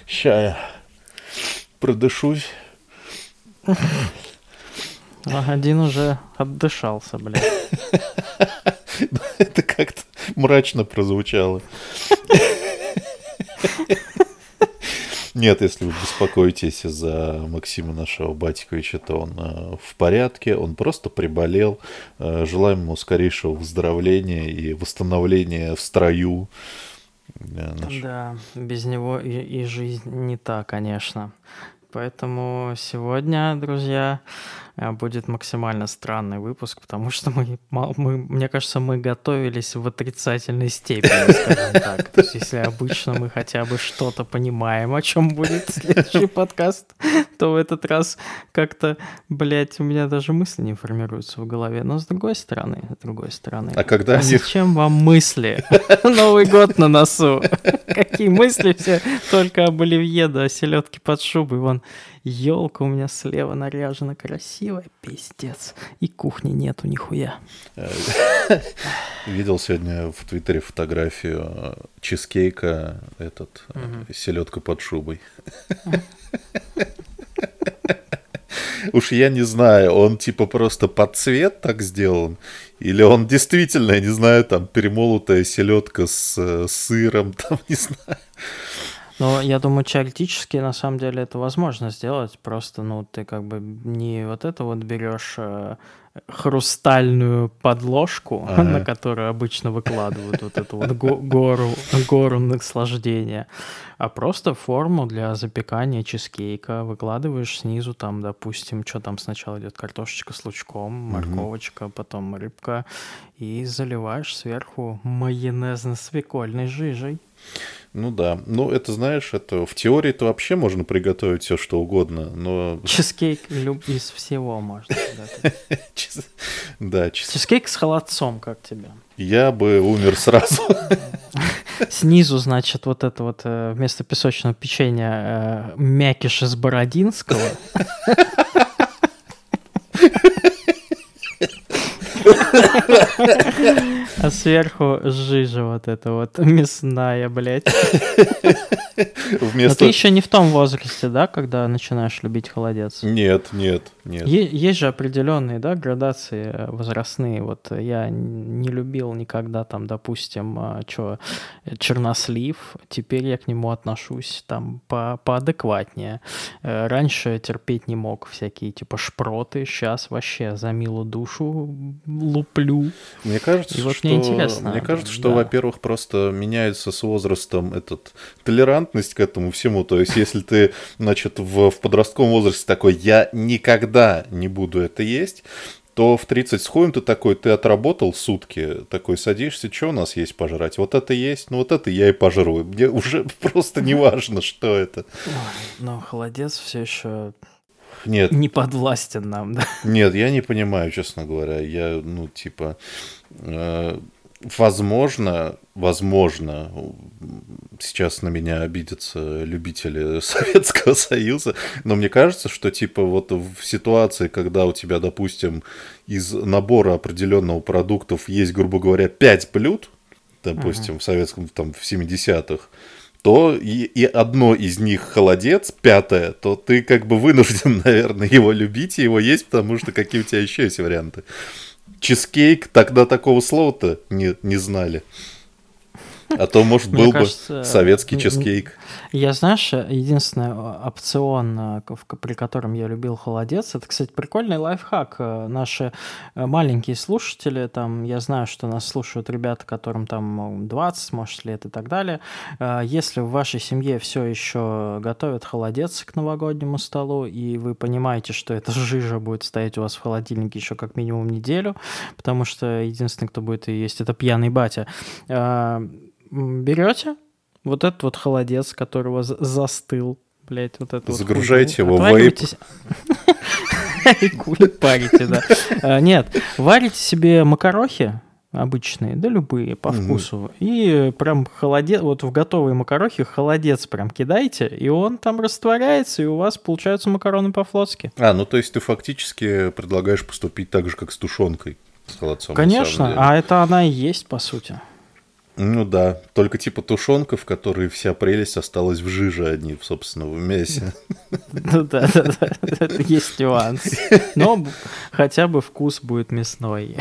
Ща я продышусь. Один уже отдышался, блядь. Это как-то мрачно прозвучало. Нет, если вы беспокоитесь за Максима нашего Батиковича, то он в порядке, он просто приболел. Желаем ему скорейшего выздоровления и восстановления в строю. Да, без него и жизнь не та, конечно. Поэтому сегодня, друзья, будет максимально странный выпуск, потому что мне кажется, мы готовились в отрицательной степени, скажем так. То есть, если обычно мы хотя бы что-то понимаем, о чем будет следующий подкаст, то в этот раз как-то, блядь, у меня даже мысли не формируются в голове. Но с другой стороны. А когда зачем вам мысли? Новый год на носу. Какие мысли все только об оливье да о селедке под шубой. Вон елка у меня слева наряжена красивая, пиздец. И кухни нету нихуя. Видел сегодня в Твиттере фотографию чизкейка, селедка под шубой. Уж я не знаю, он типа просто под цвет так сделан, или он действительно, я не знаю, там перемолотая селедка с сыром, там, не знаю. Но я думаю, теоретически, на самом деле, это возможно сделать. Просто, ты как бы не вот это вот берешь хрустальную подложку, на которую обычно выкладывают вот эту вот гору наслаждения, а просто форму для запекания чизкейка выкладываешь снизу, там, допустим, что там сначала идет, картошечка с лучком, морковочка, потом рыбка, и заливаешь сверху майонезно-свекольной жижей. Ну да, это, знаешь, это в теории-то вообще можно приготовить все, что угодно, но... Чизкейк из всего можно приготовить. Да, чизкейк с холодцом, как тебе? Я бы умер сразу. Снизу, значит, вот это вот вместо песочного печенья мякиш из Бородинского. А сверху жижа вот эта вот мясная, блядь. Но ты еще не в том возрасте, да, когда начинаешь любить холодец? Нет. Есть же определенные, да, градации возрастные. Вот я не любил никогда там, допустим, чернослив. Теперь я к нему отношусь там поадекватнее. Раньше терпеть не мог всякие типа шпроты. Сейчас вообще за милую душу луплю. Мне кажется, что, во-первых, просто меняется с возрастом толерантность к этому всему. То есть, если ты, значит, в подростковом возрасте такой, я никогда не буду это есть, то в 30 с хуем ты отработал сутки, такой садишься, что у нас есть пожрать? Вот это есть, вот это я и пожру. Мне уже просто не важно, что это. Но холодец все еще... Нет. Не подвластен нам, да? Нет, я не понимаю, честно говоря. Я, возможно, сейчас на меня обидятся любители Советского Союза, но мне кажется, что, вот в ситуации, когда у тебя, допустим, из набора определенного продуктов есть, грубо говоря, 5 блюд, допустим, в советском, в 70-х, то и одно из них холодец, 5-е, то ты как бы вынужден, наверное, его любить и его есть, потому что какие у тебя еще есть варианты. Чизкейк, тогда такого слова-то не знали. А то, может, был бы советский чизкейк. Я, знаешь, единственный опцион, при котором я любил холодец, это, кстати, прикольный лайфхак. Наши маленькие слушатели, там, я знаю, что нас слушают ребята, которым там 20, может, лет и так далее. Если в вашей семье все еще готовят холодец к новогоднему столу, и вы понимаете, что эта жижа будет стоять у вас в холодильнике еще как минимум неделю, потому что единственный, кто будет ее есть, это пьяный батя, берете вот этот вот холодец, которого застыл, блять, вот это загружаете его в вейп. И кули парите, да. Нет, варите себе макарохи обычные, да любые, по вкусу, и прям холодец, вот в готовые макарохи холодец прям кидаете, и он там растворяется, и у вас получаются макароны по-флотски. То есть ты фактически предлагаешь поступить так же, как с тушенкой, с холодцом. Конечно, а это она и есть, по сути. Ну да, только типа тушенка, в которой вся прелесть осталась в жиже, а не, собственно, в мясе. Ну да, это есть нюанс. Но хотя бы вкус будет мясной.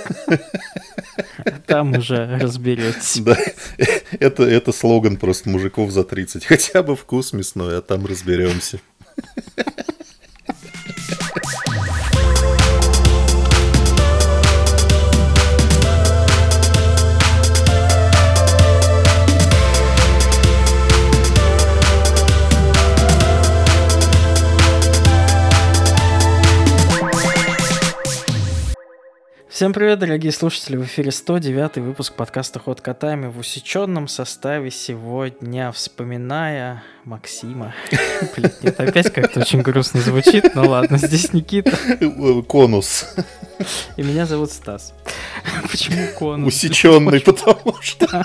Там уже разберетесь. Да, это слоган просто мужиков за 30. Хотя бы вкус мясной, а там разберемся. Всем привет, дорогие слушатели! В эфире 109-й выпуск подкаста «Ход котами» в усеченном составе сегодня, вспоминая Максима. Блин, нет, опять как-то очень грустно звучит, но ладно, здесь Никита. Конус. И меня зовут Стас. Почему конус? Усеченный, потому что...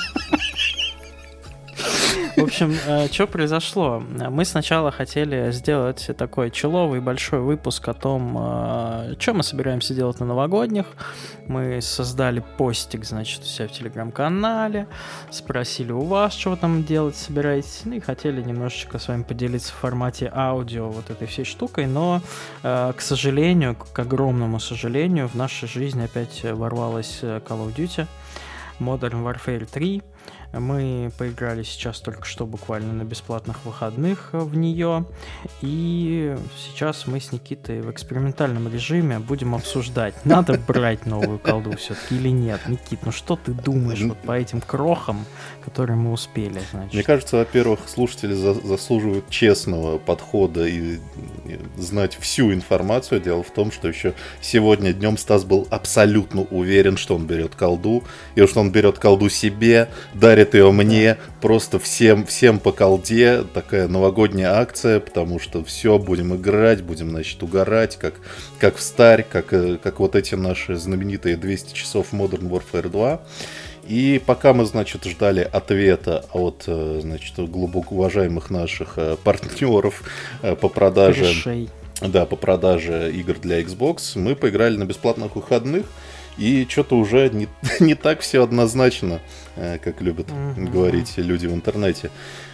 В общем, что произошло? Мы сначала хотели сделать такой человый большой выпуск о том, что мы собираемся делать на новогодних. Мы создали постик, значит, у себя в телеграм-канале, спросили у вас, что вы там делать собираетесь, ну и хотели немножечко с вами поделиться в формате аудио вот этой всей штукой, но, к сожалению, к огромному сожалению, в нашей жизни опять ворвалась Call of Duty Modern Warfare 3. Мы поиграли сейчас только что буквально на бесплатных выходных в нее, и сейчас мы с Никитой в экспериментальном режиме будем обсуждать, надо брать новую колду все-таки или нет. Никит, ну что ты думаешь вот по этим крохам, которые мы успели, значит? Мне кажется, во-первых, слушатели заслуживают честного подхода и знать всю информацию. Дело в том, что еще сегодня днем Стас был абсолютно уверен, что он берет колду, и что он берет колду себе, дарит ее мне, просто всем по колде, такая новогодняя акция, потому что все, будем играть, будем, значит, угорать, как в старь, как вот эти наши знаменитые 200 часов Modern Warfare 2. И пока мы, значит, ждали ответа от, значит, глубоко уважаемых наших партнеров по продаже... Да, по продаже игр для Xbox, мы поиграли на бесплатных выходных, и что-то уже не так все однозначно, как любят говорить люди в интернете.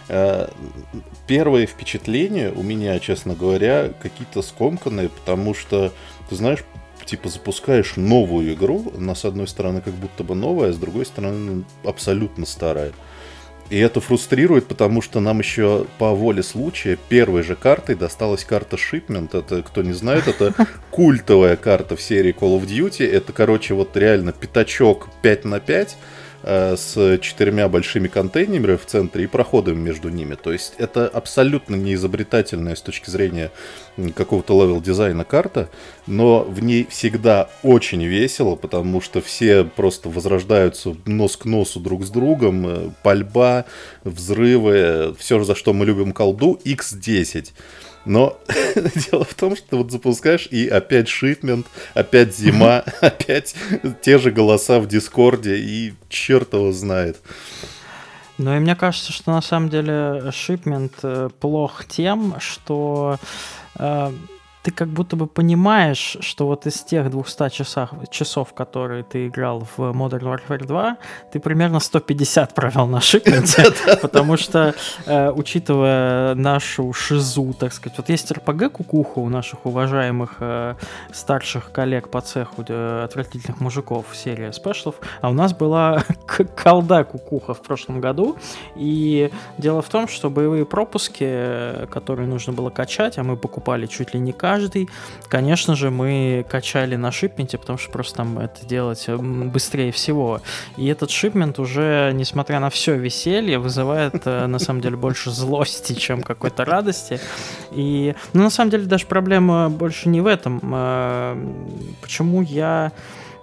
Первые впечатления у меня, честно говоря, какие-то скомканные, потому что, ты знаешь, типа запускаешь новую игру, она с одной стороны как будто бы новая, а с другой стороны абсолютно старая. И это фрустрирует, потому что нам еще по воле случая первой же картой досталась карта Shipment. Это, кто не знает, это культовая карта в серии Call of Duty. Это, короче, вот реально пятачок 5×5 с 4 большими контейнерами в центре и проходами между ними. То есть это абсолютно неизобретательная с точки зрения какого-то левел-дизайна карта, но в ней всегда очень весело, потому что все просто возрождаются нос к носу друг с другом, пальба, взрывы, все, за что мы любим колду, X10. Но дело в том, что вот запускаешь, и опять шипмент, опять зима, опять те же голоса в Дискорде, и черт его знает. Ну и мне кажется, что на самом деле шипмент плох тем, что ты как будто бы понимаешь, что вот из тех 200 часов, которые ты играл в Modern Warfare 2, ты примерно 150 провел на шипменте, потому что, учитывая нашу шизу, так сказать, вот есть РПГ-кукуха у наших уважаемых старших коллег по цеху отвратительных мужиков, серия спешлов, а у нас была колда-кукуха в прошлом году, и дело в том, что боевые пропуски, которые нужно было качать, а мы покупали чуть ли не каждый, конечно же, мы качали на шипменте, потому что просто там это делать быстрее всего. И этот шипмент уже, несмотря на все веселье, вызывает на самом деле больше злости, чем какой-то радости. И, ну, на самом деле, даже проблема больше не в этом. Почему я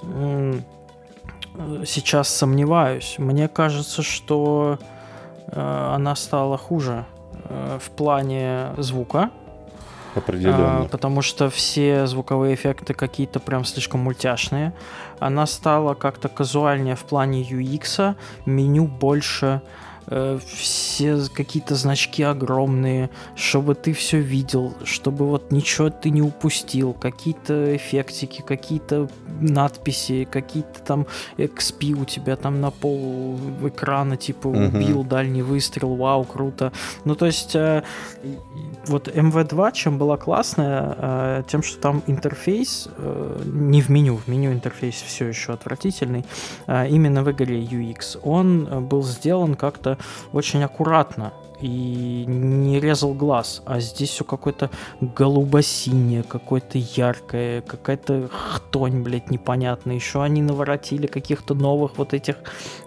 сейчас сомневаюсь? Мне кажется, что она стала хуже в плане звука. Определенно. Потому что все звуковые эффекты какие-то прям слишком мультяшные. Она стала как-то казуальнее в плане UX, меню больше все какие-то значки огромные, чтобы ты все видел, чтобы вот ничего ты не упустил, какие-то эффектики, какие-то надписи, какие-то там XP у тебя там на пол экрана, типа убил дальний выстрел, вау, круто. Ну, то есть вот MV2 чем была классная, тем, что там интерфейс не в меню интерфейс все еще отвратительный, именно в игре UX, он был сделан как-то очень аккуратно и не резал глаз, а здесь все какое-то голубо-синее, какое-то яркое, какая-то хтонь, блядь, непонятная. Еще они наворотили каких-то новых вот этих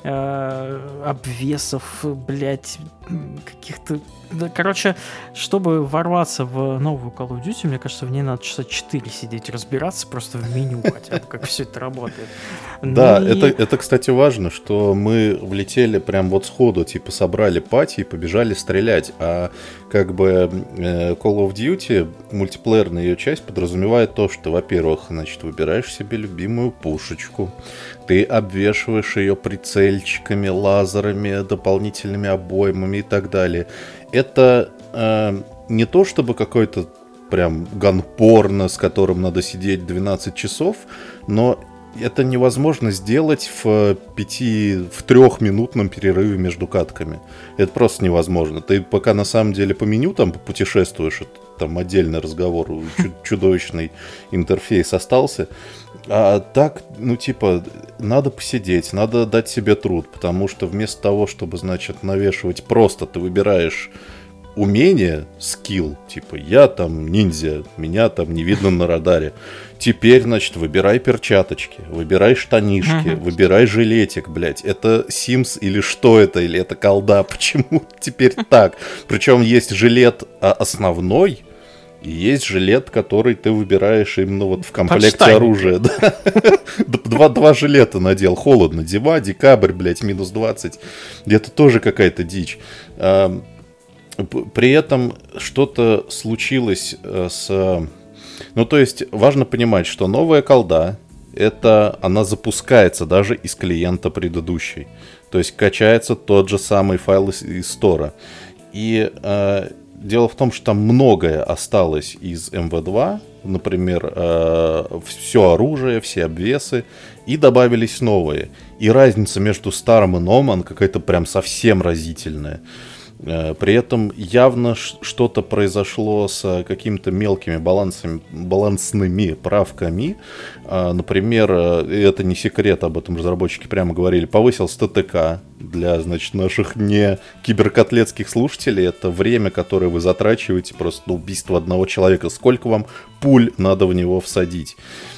обвесов, блядь, каких-то... Короче, чтобы ворваться в новую Call of Duty, мне кажется, в ней надо часа 4 сидеть, разбираться просто в меню хотя бы, как все это работает. Да, это, кстати, важно, что мы влетели прям вот сходу, типа собрали пати и побежали стрелять, а как бы Call of Duty, мультиплеерная ее часть подразумевает то, что, во-первых, значит, выбираешь себе любимую пушечку, ты обвешиваешь ее прицельчиками, лазерами, дополнительными обоймами и так далее. Это не то, чтобы какой-то прям ганпорно, с которым надо сидеть 12 часов, но это невозможно сделать в 3-минутном перерыве между катками. Это просто невозможно. Ты пока на самом деле по меню там путешествуешь, это там отдельный разговор, чудовищный интерфейс остался. А так, ну типа, надо посидеть, надо дать себе труд, потому что вместо того, чтобы, значит, навешивать просто, ты выбираешь умение, скилл, типа, я там ниндзя, меня там не видно на радаре. Теперь, значит, выбирай перчаточки, выбирай штанишки, выбирай жилетик, блядь. Это Sims или что это? Или это колда? Почему теперь так? Причем есть жилет основной, и есть жилет, который ты выбираешь именно вот в комплекте оружия. Два жилета надел, холодно. Зима, декабрь, блядь, минус 20. Это тоже какая-то дичь. При этом что-то случилось с... Ну, то есть, важно понимать, что новая колда, она запускается даже из клиента предыдущей. То есть, качается тот же самый файл из стора. И дело в том, что там многое осталось из MV2. Например, все оружие, все обвесы. И добавились новые. И разница между старым и новым, она какая-то прям совсем разительная. При этом явно что-то произошло с какими-то мелкими балансными правками. Например, это не секрет, об этом разработчики прямо говорили, повысился ТТК для, значит, наших не киберкотлетских слушателей. Это время, которое вы затрачиваете просто на убийство одного человека. Сколько вам пуль надо в него всадить.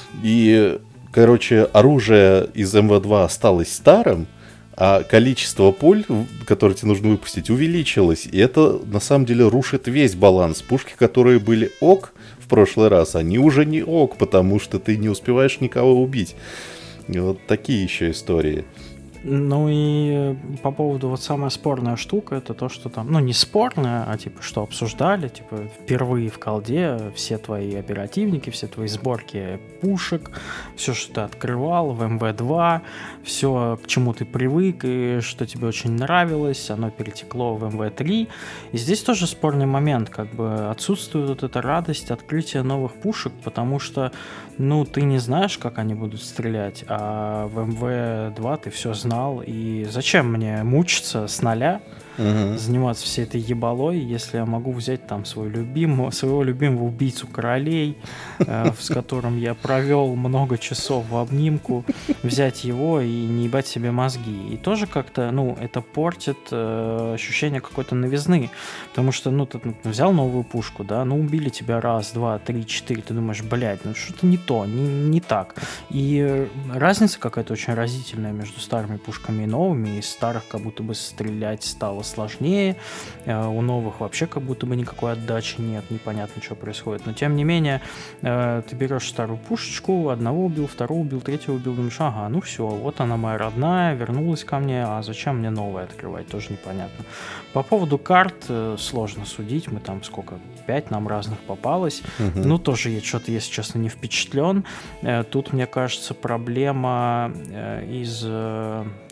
И, короче, оружие из МВ2 осталось старым, а количество пуль, которые тебе нужно выпустить, увеличилось. И это, на самом деле, рушит весь баланс. Пушки, которые были ок в прошлый раз, они уже не ок, потому что ты не успеваешь никого убить. И вот такие еще истории. Ну и по поводу вот самая спорная штука, это то, что там, ну не спорная, а типа что обсуждали, типа впервые в колде все твои оперативники, все твои сборки пушек, все, что ты открывал в МВ2, все, к чему ты привык и что тебе очень нравилось, оно перетекло в МВ3. И здесь тоже спорный момент, как бы отсутствует вот эта радость открытия новых пушек, потому что, ну, ты не знаешь, как они будут стрелять, а в МВ2 ты все знаешь. И зачем мне мучиться с нуля, заниматься всей этой ебалой, если я могу взять там своего любимого убийцу королей, с которым я провел много часов в обнимку, взять его и не ебать себе мозги. И тоже как-то, ну, это портит ощущение какой-то новизны. Потому что, ну, ты взял новую пушку, да, ну, убили тебя раз, два, три, четыре, ты думаешь, блядь, ну, что-то не то, не так. И разница какая-то очень разительная между старыми пушками и новыми. Из старых как будто бы стрелять стало сложнее, у новых вообще как будто бы никакой отдачи нет, непонятно, что происходит. Но тем не менее, ты берешь старую пушечку, одного убил, второго убил, третьего убил, думаешь, ага, ну все, вот она моя родная, вернулась ко мне, а зачем мне новое открывать, тоже непонятно. По поводу карт сложно судить, мы там сколько, 5 нам разных попалось, ну тоже я что-то, если честно, не впечатлен. Тут, мне кажется, проблема из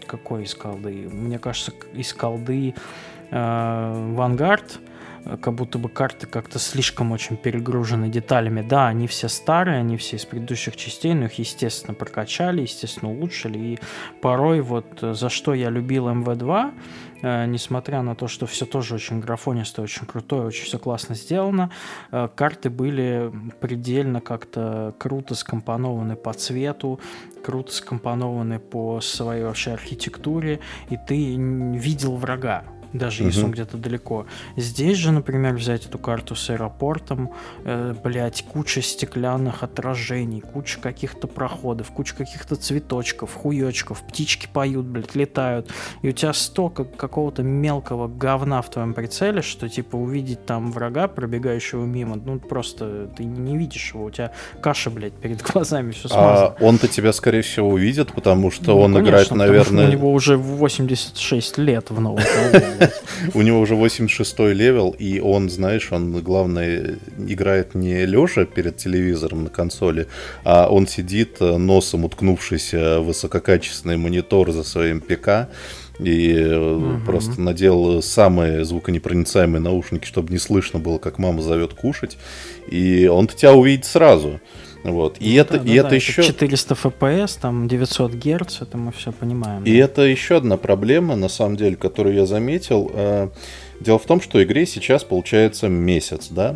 Какой из колды? Мне кажется, из колды Vanguard, как будто бы карты как-то слишком очень перегружены деталями. Да, они все старые, они все из предыдущих частей, но их, естественно, прокачали, естественно, улучшили. И порой вот за что я любил МВ-2, несмотря на то, что все тоже очень графонистое, очень крутое, очень все классно сделано, карты были предельно как-то круто скомпонованы по цвету, круто скомпонованы по своей вообще архитектуре, и ты видел врага, даже если он где-то далеко. Здесь же, например, взять эту карту с аэропортом, блять, куча стеклянных отражений, куча каких-то проходов, куча каких-то цветочков, хуёчков, птички поют, блять, летают, и у тебя столько какого-то мелкого говна в твоем прицеле, что, типа, увидеть там врага, пробегающего мимо, ну, просто ты не видишь его, у тебя каша, блять, перед глазами, все смазано. А он-то тебя, скорее всего, увидит, потому что он конечно, играет, наверное... У него уже 86 лет в новом колде. У него уже 86-й левел, и он, знаешь, он, главное, играет не лежа перед телевизором на консоли, а он сидит носом, уткнувшись в высококачественный монитор за своим ПК, и просто надел самые звуконепроницаемые наушники, чтобы не слышно было, как мама зовет кушать, и он-то тебя увидит сразу. Вот. И это еще 400 FPS, там 900 Гц, это мы все понимаем. И это еще одна проблема, на самом деле, которую я заметил. Дело в том, что игре сейчас получается месяц, да.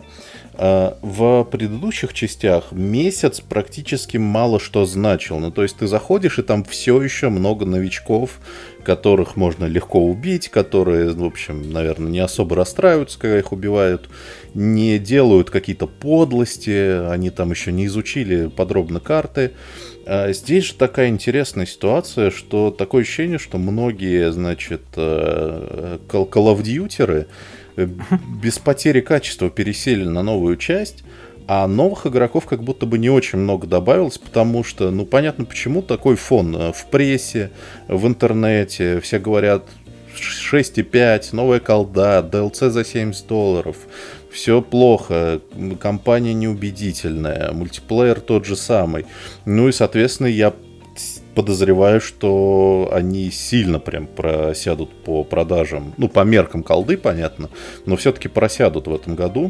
В предыдущих частях месяц практически мало что значил. Ну, то есть ты заходишь, и там все еще много новичков, которых можно легко убить, которые, в общем, наверное, не особо расстраиваются, когда их убивают, не делают какие-то подлости, они там еще не изучили подробно карты. Здесь же такая интересная ситуация, что такое ощущение, что многие, значит, Call of Duty без потери качества пересели на новую часть, а новых игроков как будто бы не очень много добавилось, потому что, ну, понятно, почему такой фон в прессе, в интернете. Все говорят 6,5, новая колда, DLC за $70. Все плохо, компания неубедительная, мультиплеер тот же самый. Ну и, соответственно, я подозреваю, что они сильно прям просядут по продажам. Ну, по меркам колды, понятно, но все-таки просядут в этом году.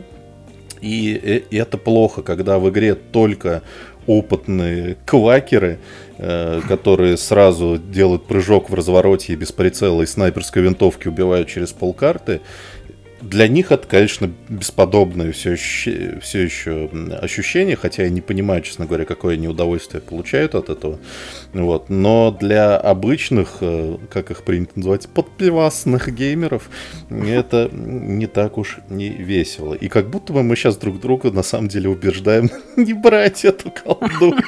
И это плохо, когда в игре только опытные квакеры, которые сразу делают прыжок в развороте и без прицела и снайперской винтовки убивают через полкарты. Для них это, конечно, бесподобное все еще ощущение, хотя я не понимаю, честно говоря, какое они удовольствие получают от этого. Вот. Но для обычных, как их принято называть, подпивасных геймеров, это не так уж не весело. И как будто бы мы сейчас друг друга на самом деле убеждаем не брать эту колду.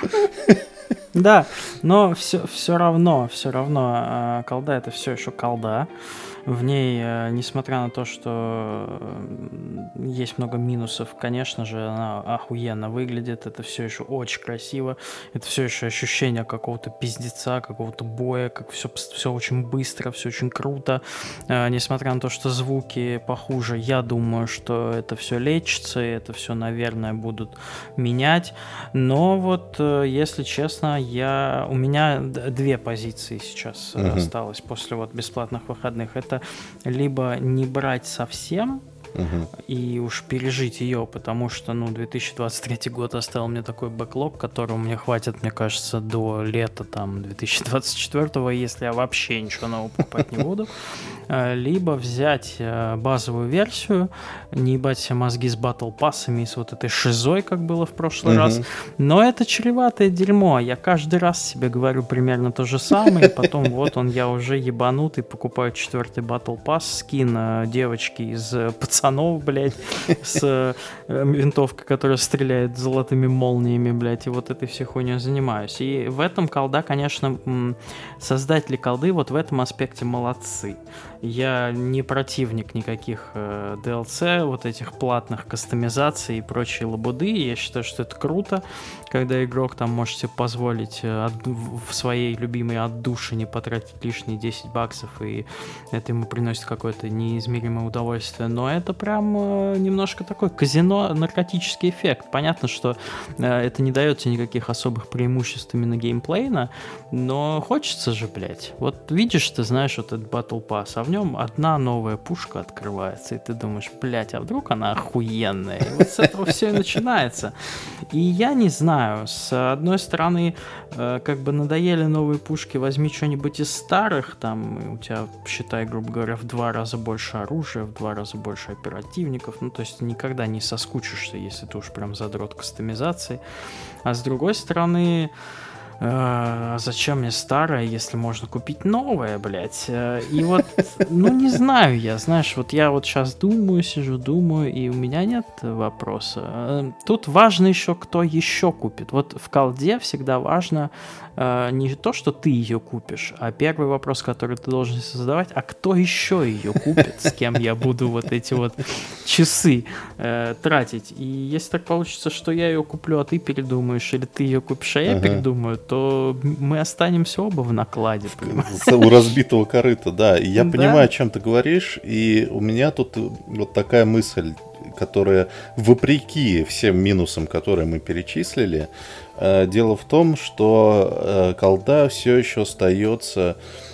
Да, но все равно, колда — это все еще колда. В ней, несмотря на то, что есть много минусов, конечно же, она охуенно выглядит, это все еще очень красиво, это все еще ощущение какого-то пиздеца, какого-то боя, как все очень быстро, все очень круто. Несмотря на то, что звуки похуже, я думаю, что это все лечится, и это все, наверное, будут менять. Но вот, если честно, у меня две позиции сейчас осталось после вот бесплатных выходных. Это либо не брать совсем и уж пережить ее, потому что, 2023 год оставил мне такой бэклог, которого мне хватит, мне кажется, до лета там 2024, если я вообще ничего нового покупать не буду. Либо взять базовую версию, не ебать себе мозги с батл пассами и с вот этой шизой, как было в прошлый раз. Но это чреватое дерьмо. Я каждый раз себе говорю примерно то же самое, и потом вот я уже ебанутый, покупаю 4-й батл пасс, скин девочки из пацанов, блядь, с винтовкой, которая стреляет золотыми молниями, блядь, и вот этой всей хуйней занимаюсь. И в этом колда, конечно, создатели колды вот в этом аспекте молодцы. Я не противник никаких DLC, вот этих платных кастомизаций и прочей лабуды. Я считаю, что это круто, когда игрок там может себе позволить в своей любимой отдушине потратить лишние $10, и это ему приносит какое-то неизмеримое удовольствие. Но это это прям немножко такой казино, наркотический эффект. Понятно, что это не дает тебе никаких особых преимуществ именно геймплейно, но хочется же, блядь. Вот видишь, ты знаешь вот этот Battle Pass, а в нем одна новая пушка открывается, и ты думаешь, блядь, а вдруг она охуенная? И вот с этого все и начинается. И я не знаю, с одной стороны, как бы надоели новые пушки, возьми что-нибудь из старых, там у тебя, считай, грубо говоря, в 2 раза больше оружия, в 2 раза больше оперативников, ну, то есть никогда не соскучишься, если ты уж прям задрот кастомизации. А с другой стороны, зачем мне старое, если можно купить новое, блядь? И вот, ну, не знаю я, знаешь, вот я вот сейчас сижу, думаю, и у меня нет вопроса. Тут важно еще, кто еще купит. Вот в колде всегда важно не то, что ты ее купишь, а первый вопрос, который ты должен задавать, а кто еще ее купит, с кем я буду вот эти вот часы тратить. И если так получится, что я ее куплю, а ты передумаешь, или ты ее купишь, а я передумаю, то мы останемся оба в накладе. У разбитого корыта, да. И я понимаю, о чем ты говоришь, и у меня тут вот такая мысль, которая вопреки всем минусам, которые мы перечислили, дело в том, что колда все еще остается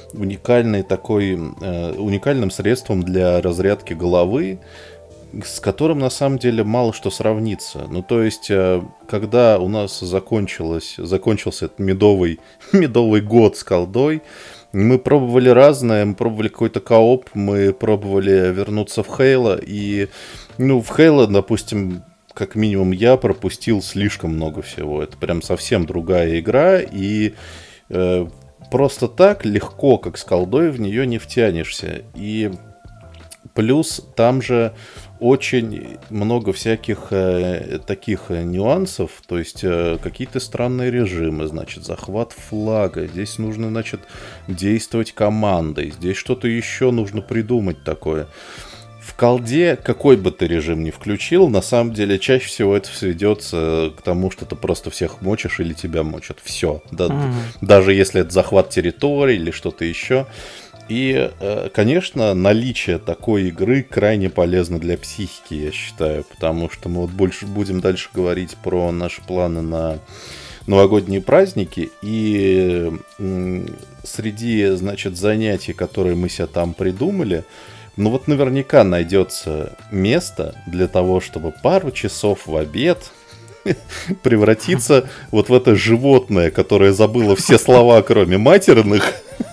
уникальным средством для разрядки головы, с которым на самом деле мало что сравнится. Ну, то есть, когда у нас закончился этот медовый год с колдой, мы пробовали разное, мы пробовали какой-то кооп, мы пробовали вернуться в Halo, и, ну, в Halo, допустим, как минимум я пропустил слишком много всего. Это прям совсем другая игра, и просто так легко, как с колдой, в нее не втянешься. И плюс там же очень много всяких таких нюансов, то есть какие-то странные режимы, значит, захват флага, здесь нужно, значит, действовать командой, здесь что-то еще нужно придумать такое. В колде, какой бы ты режим ни включил, на самом деле чаще всего это сведется к тому, что ты просто всех мочишь или тебя мочат. Все. Даже если это захват территории или что-то еще. И, конечно, наличие такой игры крайне полезно для психики, я считаю, потому что мы вот больше будем дальше говорить про наши планы на новогодние праздники, и среди, значит, занятий, которые мы себе там придумали, ну вот наверняка найдется место для того, чтобы пару часов в обед превратиться вот в это животное, которое забыло все слова, кроме матерных,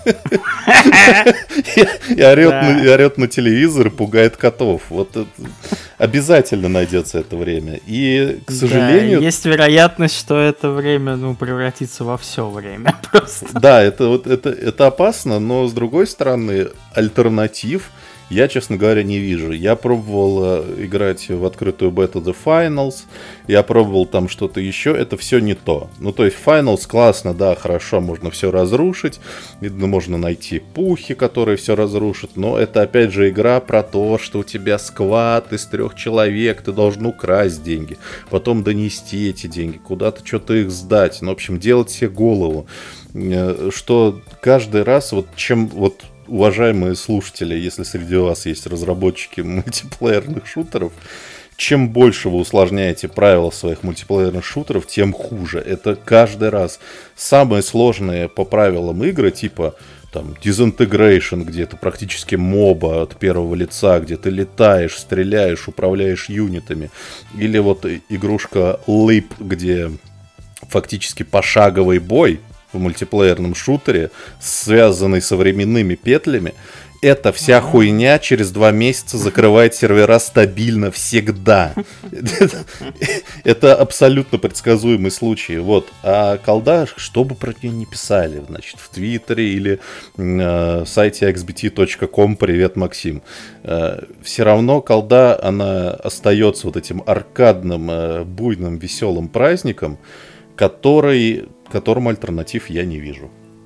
и орет на телевизор, пугает котов. Вот обязательно найдется это время. И, к сожалению... Есть вероятность, что это время, ну, превратится во все время просто. Да, это опасно, но, с другой стороны, альтернатив я, честно говоря, не вижу. Я пробовал играть в открытую бету The Finals, я пробовал там что-то еще, это все не то. Ну, то есть Finals классно, да, хорошо, можно все разрушить, видно, можно найти пухи, которые все разрушат, но это, опять же, игра про то, что у тебя сквад из 3 человек, ты должен украсть деньги, потом донести эти деньги, куда-то что-то их сдать, ну, в общем, делать себе голову, что каждый раз, вот чем... вот уважаемые слушатели, если среди вас есть разработчики мультиплеерных шутеров, чем больше вы усложняете правила своих мультиплеерных шутеров, тем хуже. Это каждый раз. Самые сложные по правилам игры, типа там Disintegration, где это практически моба от первого лица, где ты летаешь, стреляешь, управляешь юнитами. Или вот игрушка Leap, где фактически пошаговый бой в мультиплеерном шутере, связанный со временными петлями. Эта вся хуйня через 2 месяца закрывает сервера стабильно всегда. Это абсолютно предсказуемый случай. Вот. А колда, что бы про нее не писали, значит, в Твиттере или на сайте xbt.com, привет, Максим. Все равно колда, она остается вот этим аркадным, буйным, веселым праздником, которому альтернатив я не вижу.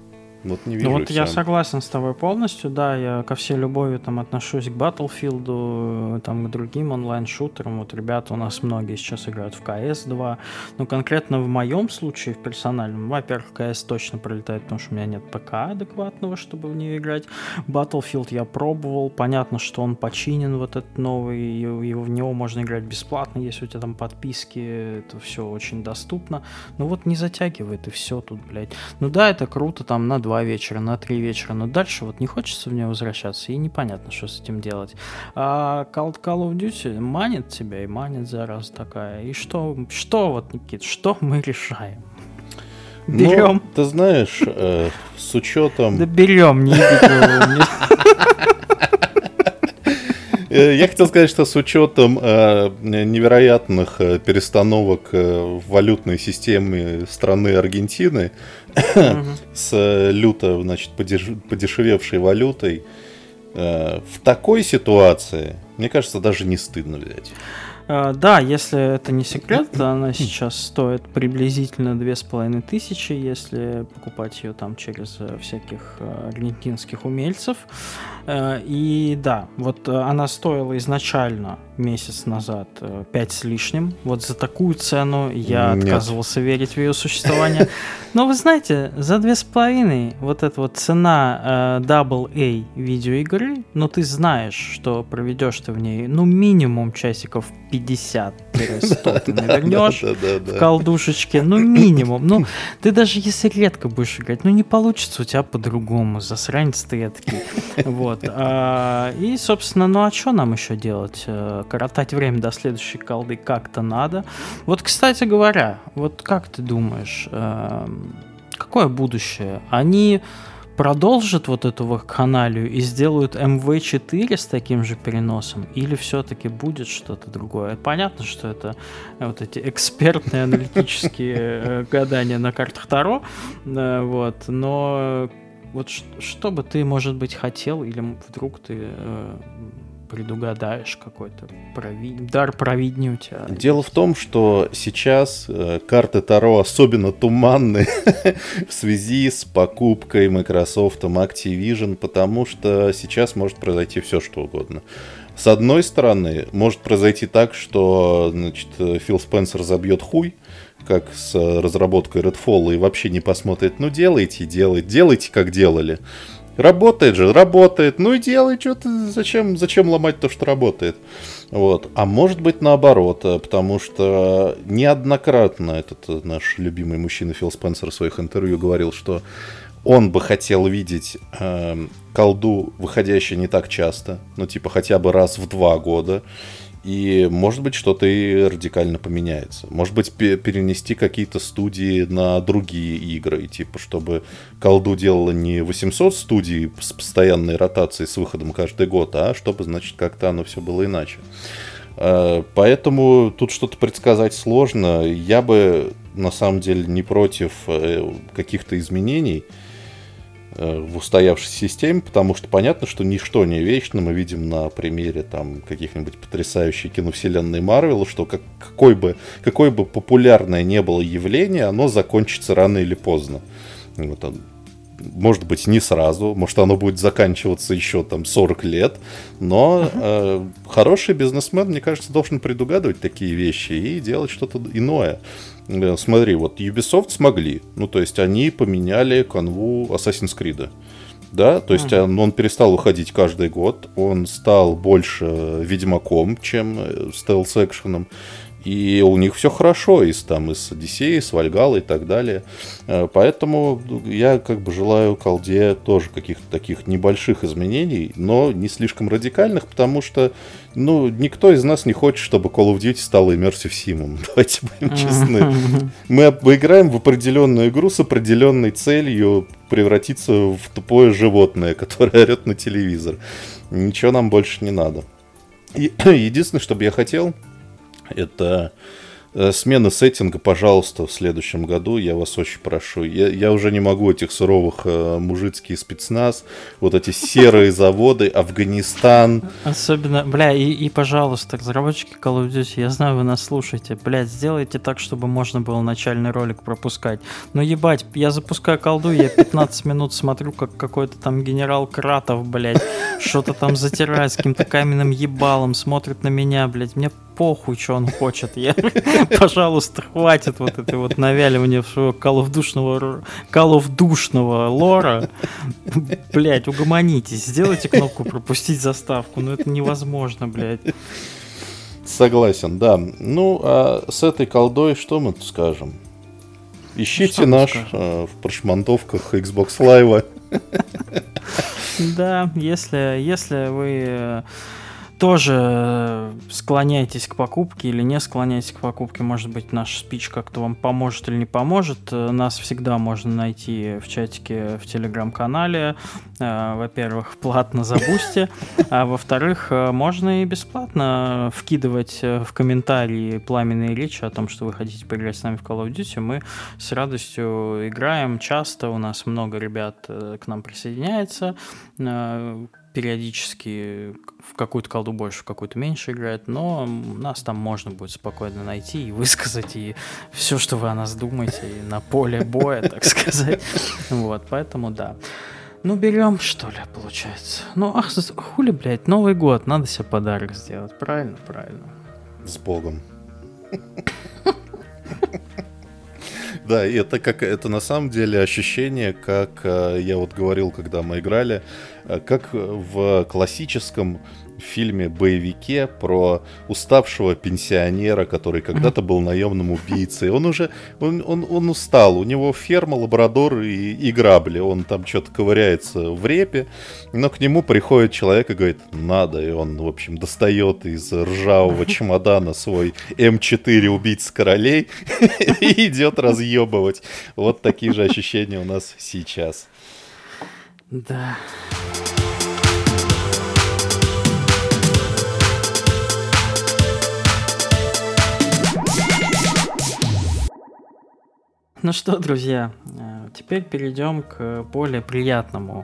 Вот не вижу. Ну вот я согласен с тобой полностью, да, я ко всей любови там отношусь к Battlefield, там к другим онлайн-шутерам. Вот ребята у нас многие сейчас играют в CS 2, но конкретно в моем случае, в персональном, во-первых, CS точно пролетает, потому что у меня нет ПК адекватного, чтобы в нее играть. Battlefield я пробовал, понятно, что он починен, вот этот новый, и в него можно играть бесплатно, если у тебя там подписки, это все очень доступно. Ну вот не затягивает, и все тут, блядь. Ну да, это круто, там на 2 вечера, на 3 вечера, но дальше вот не хочется в нее возвращаться, и непонятно, что с этим делать. А Call of Duty манит тебя, и манит зараза такая. И что вот, Никит, что мы решаем? Берем. Ну, ты знаешь, с учетом... Да берем, не Я хотел сказать, что с учетом невероятных перестановок в валютной системе страны Аргентины, с люто, значит, подешевевшей валютой, в такой ситуации, мне кажется, даже не стыдно взять. Да, если это не секрет, то она сейчас стоит приблизительно 2500, если покупать ее там через всяких аргентинских умельцев. И да, вот она стоила изначально месяц назад 5 с лишним. Вот за такую цену я отказывался верить в ее существование. Но вы знаете, за 2500 вот эта вот цена AA видеоигры, но ты знаешь, что проведешь ты в ней, ну, минимум часиков 50-100 ты навернешь в колдушечке, ну, минимум. Ну, ты даже если редко будешь играть, ну, не получится у тебя по-другому, засранец ты эдакий. Вот. И, собственно, ну, а что нам еще делать? Коротать время до следующей колды как-то надо. Вот, кстати говоря, вот как ты думаешь, какое будущее? Они продолжат вот эту вакханалию и сделают МВ-4 с таким же переносом? Или все-таки будет что-то другое? Понятно, что это вот эти экспертные аналитические гадания на картах Таро, вот, но вот что бы ты, может быть, хотел, или вдруг ты предугадаешь какой-то дар провидения у тебя? Дело в том, что сейчас карты Таро особенно туманны в связи с покупкой Microsoft Activision, потому что сейчас может произойти все, что угодно. С одной стороны, может произойти так, что, значит, Фил Спенсер забьет хуй, как с разработкой Redfall, и вообще не посмотрит, ну делайте, как делали. Работает же, работает. Ну и делай, что ты, зачем ломать то, что работает. Вот. А может быть наоборот, потому что неоднократно этот наш любимый мужчина Фил Спенсер в своих интервью говорил, что он бы хотел видеть колду, выходящей не так часто, ну типа хотя бы раз в 2 года. И, может быть, что-то и радикально поменяется. Может быть, перенести какие-то студии на другие игры. Типа, чтобы колду делала не 800 студий с постоянной ротацией, с выходом каждый год, а чтобы, значит, как-то оно все было иначе. Поэтому тут что-то предсказать сложно. Я бы, на самом деле, не против каких-то изменений в устоявшейся системе, потому что понятно, что ничто не вечно. Мы видим на примере там каких-нибудь потрясающей киновселенной Марвел, что какое бы популярное не было явление, оно закончится рано или поздно. Вот, может быть, не сразу, может, оно будет заканчиваться еще там 40 лет, но хороший бизнесмен, мне кажется, должен предугадывать такие вещи и делать что-то иное. Смотри, вот Ubisoft смогли, ну, то есть они поменяли канву Assassin's Creed, да, то есть он перестал выходить каждый год, он стал больше Ведьмаком, чем стелс-экшеном, и у них все хорошо, и с Одиссеей, с Вальгаллой и так далее. Поэтому я как бы желаю колде тоже каких-то таких небольших изменений, но не слишком радикальных, потому что, ну, никто из нас не хочет, чтобы Call of Duty стала Immersive Sim. Давайте будем честны. Мы играем в определенную игру с определенной целью превратиться в тупое животное, которое орет на телевизор. Ничего нам больше не надо. И единственное, что бы я хотел, это Смена сеттинга, пожалуйста, в следующем году, я вас очень прошу. Я уже не могу этих суровых мужицкий спецназ, вот эти серые заводы, Афганистан. Особенно, и пожалуйста, разработчики Call of Duty, я знаю, вы нас слушаете, сделайте так, чтобы можно было начальный ролик пропускать. Но ебать, я запускаю колду, я 15 минут смотрю, как какой-то там генерал Кратов, что-то там затирает с каким-то каменным ебалом, смотрит на меня, мне похуй, что он хочет. Пожалуйста, хватит вот этой вот навяливания своего коловдушного лора. Угомонитесь. Сделайте кнопку пропустить заставку. Это невозможно, Согласен, да. Ну, а с этой колдой что мы скажем? Ищите наш в прошмонтовках Xbox Live. Да, если вы тоже склоняетесь к покупке или не склоняетесь к покупке, может быть, наш спич как-то вам поможет или не поможет. Нас всегда можно найти в чатике в телеграм-канале. Во-первых, платно за Бусти, а во-вторых, можно и бесплатно вкидывать в комментарии пламенные речи о том, что вы хотите поиграть с нами в Call of Duty. Мы с радостью играем часто, у нас много ребят к нам присоединяется, периодически в какую-то колду больше, в какую-то меньше играет, но нас там можно будет спокойно найти и высказать и все, что вы о нас думаете, и на поле боя, так сказать. Вот, поэтому да. Ну, берем, что ли, получается. Ну, хули, Новый год, надо себе подарок сделать. Правильно? С Богом. Да, и это на самом деле ощущение, как я вот говорил, когда мы играли, как в классическом фильме-боевике про уставшего пенсионера, который когда-то был наемным убийцей. Он устал, у него ферма, лабрадор и грабли. Он там что-то ковыряется в репе, но к нему приходит человек и говорит, надо. И он, в общем, достает из ржавого чемодана свой М4 убийц королей и идет разъебывать. Вот такие же ощущения у нас сейчас. Да. Ну что, друзья, теперь перейдем к более приятным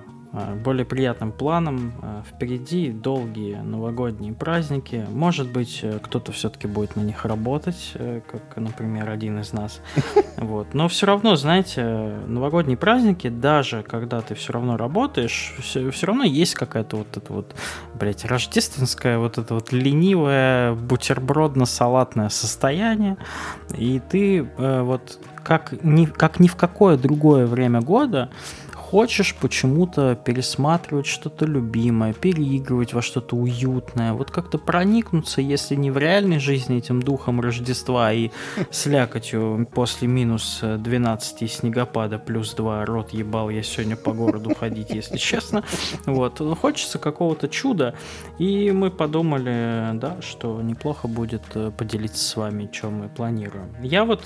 планам. Впереди долгие новогодние праздники. Может быть, кто-то все-таки будет на них работать, как, например, один из нас. Вот. Но все равно, знаете, новогодние праздники, даже когда ты все равно работаешь, все равно есть какая-то вот это вот, рождественское, вот это вот ленивое, бутербродно-салатное состояние. И ты вот как ни в какое другое время года хочешь почему-то пересматривать что-то любимое, переигрывать во что-то уютное, вот как-то проникнуться, если не в реальной жизни этим духом Рождества и слякотью после минус 12 снегопада плюс 2, рот ебал я сегодня по городу ходить, если честно. Вот. Хочется какого-то чуда, и мы подумали, да, что неплохо будет поделиться с вами, что мы планируем. Я вот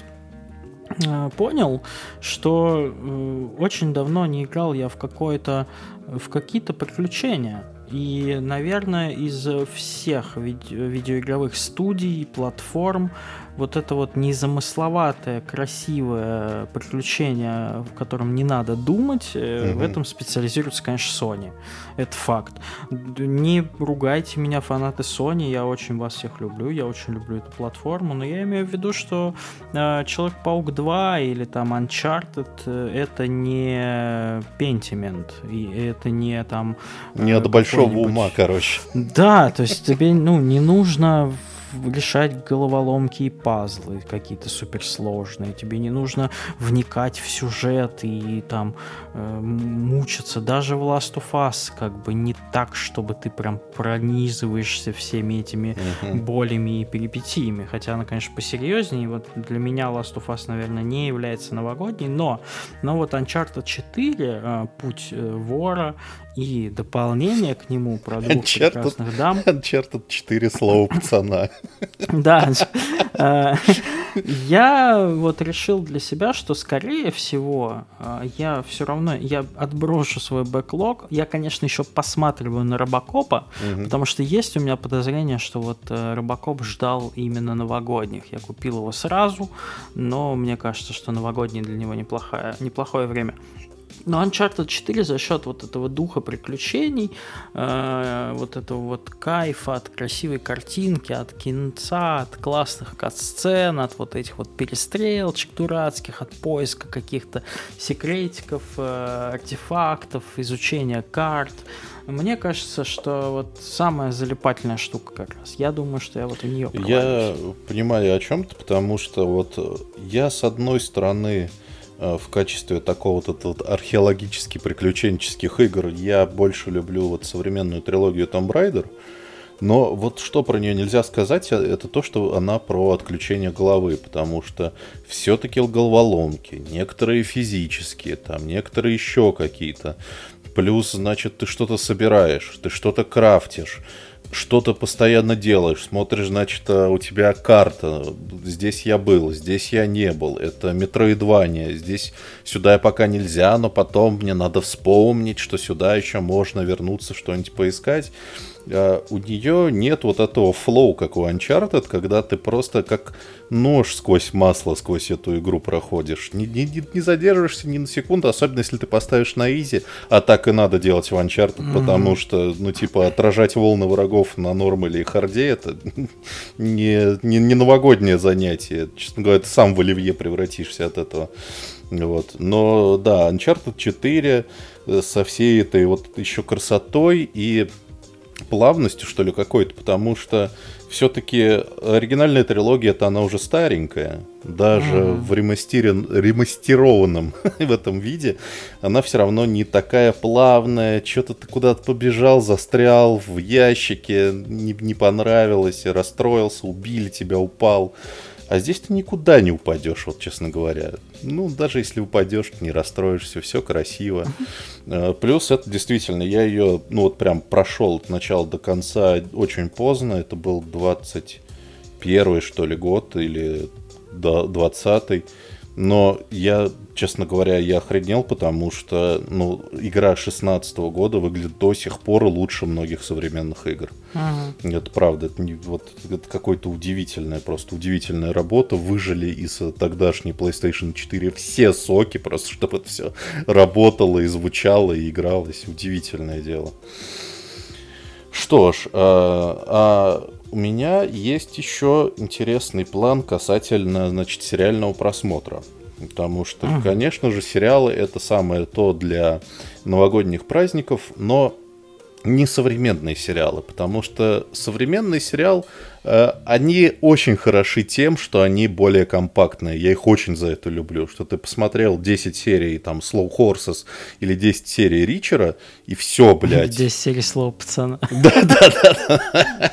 понял, что очень давно не играл я в какие-то приключения. И, наверное, из всех видеоигровых студий, платформ, вот это вот незамысловатое, красивое приключение, в котором не надо думать, в этом специализируется, конечно, Sony. Это факт. Не ругайте меня, фанаты Sony, я очень вас всех люблю, я очень люблю эту платформу, но я имею в виду, что Человек-паук 2 или там Uncharted это не Pentiment, и это не там... Не от большого ума, короче. Да, то есть тебе не нужно решать головоломки и пазлы какие-то суперсложные, тебе не нужно вникать в сюжет и там мучиться. Даже в Last of Us как бы не так, чтобы ты прям пронизываешься всеми этими болями и перипетиями, хотя она, конечно, посерьезнее. Вот для меня Last of Us, наверное, не является новогодней, но вот Uncharted 4 «Путь вора» и дополнение к нему про двух прекрасных дам. Uncharted 4 слово пацана. Да. Я вот решил для себя, что, скорее всего, я все равно, я отброшу свой бэклог. Я, конечно, еще посматриваю на Робокопа, потому что есть у меня подозрение, что вот Робокоп ждал именно новогодних. Я купил его сразу, но мне кажется, что новогодний для него неплохое время. Но Uncharted 4 за счет вот этого духа приключений, вот этого вот кайфа от красивой картинки, от кинца, от классных кат-сцен, от вот этих вот перестрелочек дурацких, от поиска каких-то секретиков, артефактов, изучения карт. Мне кажется, что вот самая залипательная штука как раз. Я думаю, что я вот в нее провалюсь. Я понимаю о чем-то, потому что вот я, с одной стороны, в качестве такого вот археологически приключенческих игр я больше люблю вот современную трилогию Tomb Raider. Но вот что про нее нельзя сказать, это то, что она про отключение головы, потому что все-таки головоломки, некоторые физические, там, некоторые еще какие-то. Плюс, значит, ты что-то собираешь, ты что-то крафтишь, что-то постоянно делаешь, смотришь, значит, у тебя карта, здесь я был, здесь я не был, это Metroidvania, здесь сюда я пока нельзя, но потом мне надо вспомнить, что сюда еще можно вернуться, что-нибудь поискать. У нее нет вот этого флоу, как у Uncharted, когда ты просто как нож сквозь масло, сквозь эту игру проходишь. Не задержишься ни на секунду, особенно если ты поставишь на изи, а так и надо делать в Uncharted, потому что, ну, типа, отражать волны врагов на нормале и харде — это не новогоднее занятие. Честно говоря, ты сам в оливье превратишься от этого. Вот. Но, да, Uncharted 4 со всей этой вот еще красотой и плавностью, что ли, какой-то, потому что все-таки оригинальная трилогия-то она уже старенькая, даже в ремастерованном в этом виде она все равно не такая плавная, что-то ты куда-то побежал, застрял в ящике, не понравилось, расстроился, убили тебя, упал. А здесь ты никуда не упадешь, вот честно говоря. Ну, даже если упадешь, не расстроишься, все красиво. Плюс это действительно, я ее, ну вот прям прошел от начала до конца очень поздно. Это был 21-й, что ли, год, или 20-й. Но я, честно говоря, я охренел, потому что, ну, игра 16-го года выглядит до сих пор лучше многих современных игр. Это правда, это какая-то просто удивительная работа. Выжили из тогдашней PlayStation 4 все соки, просто чтобы это все работало и звучало, и игралось. Удивительное дело. Что ж, у меня есть еще интересный план касательно, значит, сериального просмотра. Потому что, конечно же, сериалы — это самое то для новогодних праздников, но не современные сериалы, потому что современный сериал, они очень хороши тем, что они более компактные. Я их очень за это люблю, что ты посмотрел 10 серий там Slow Horses или 10 серий Ричера, и все, блядь. 10 серий Slow Пацана. Да.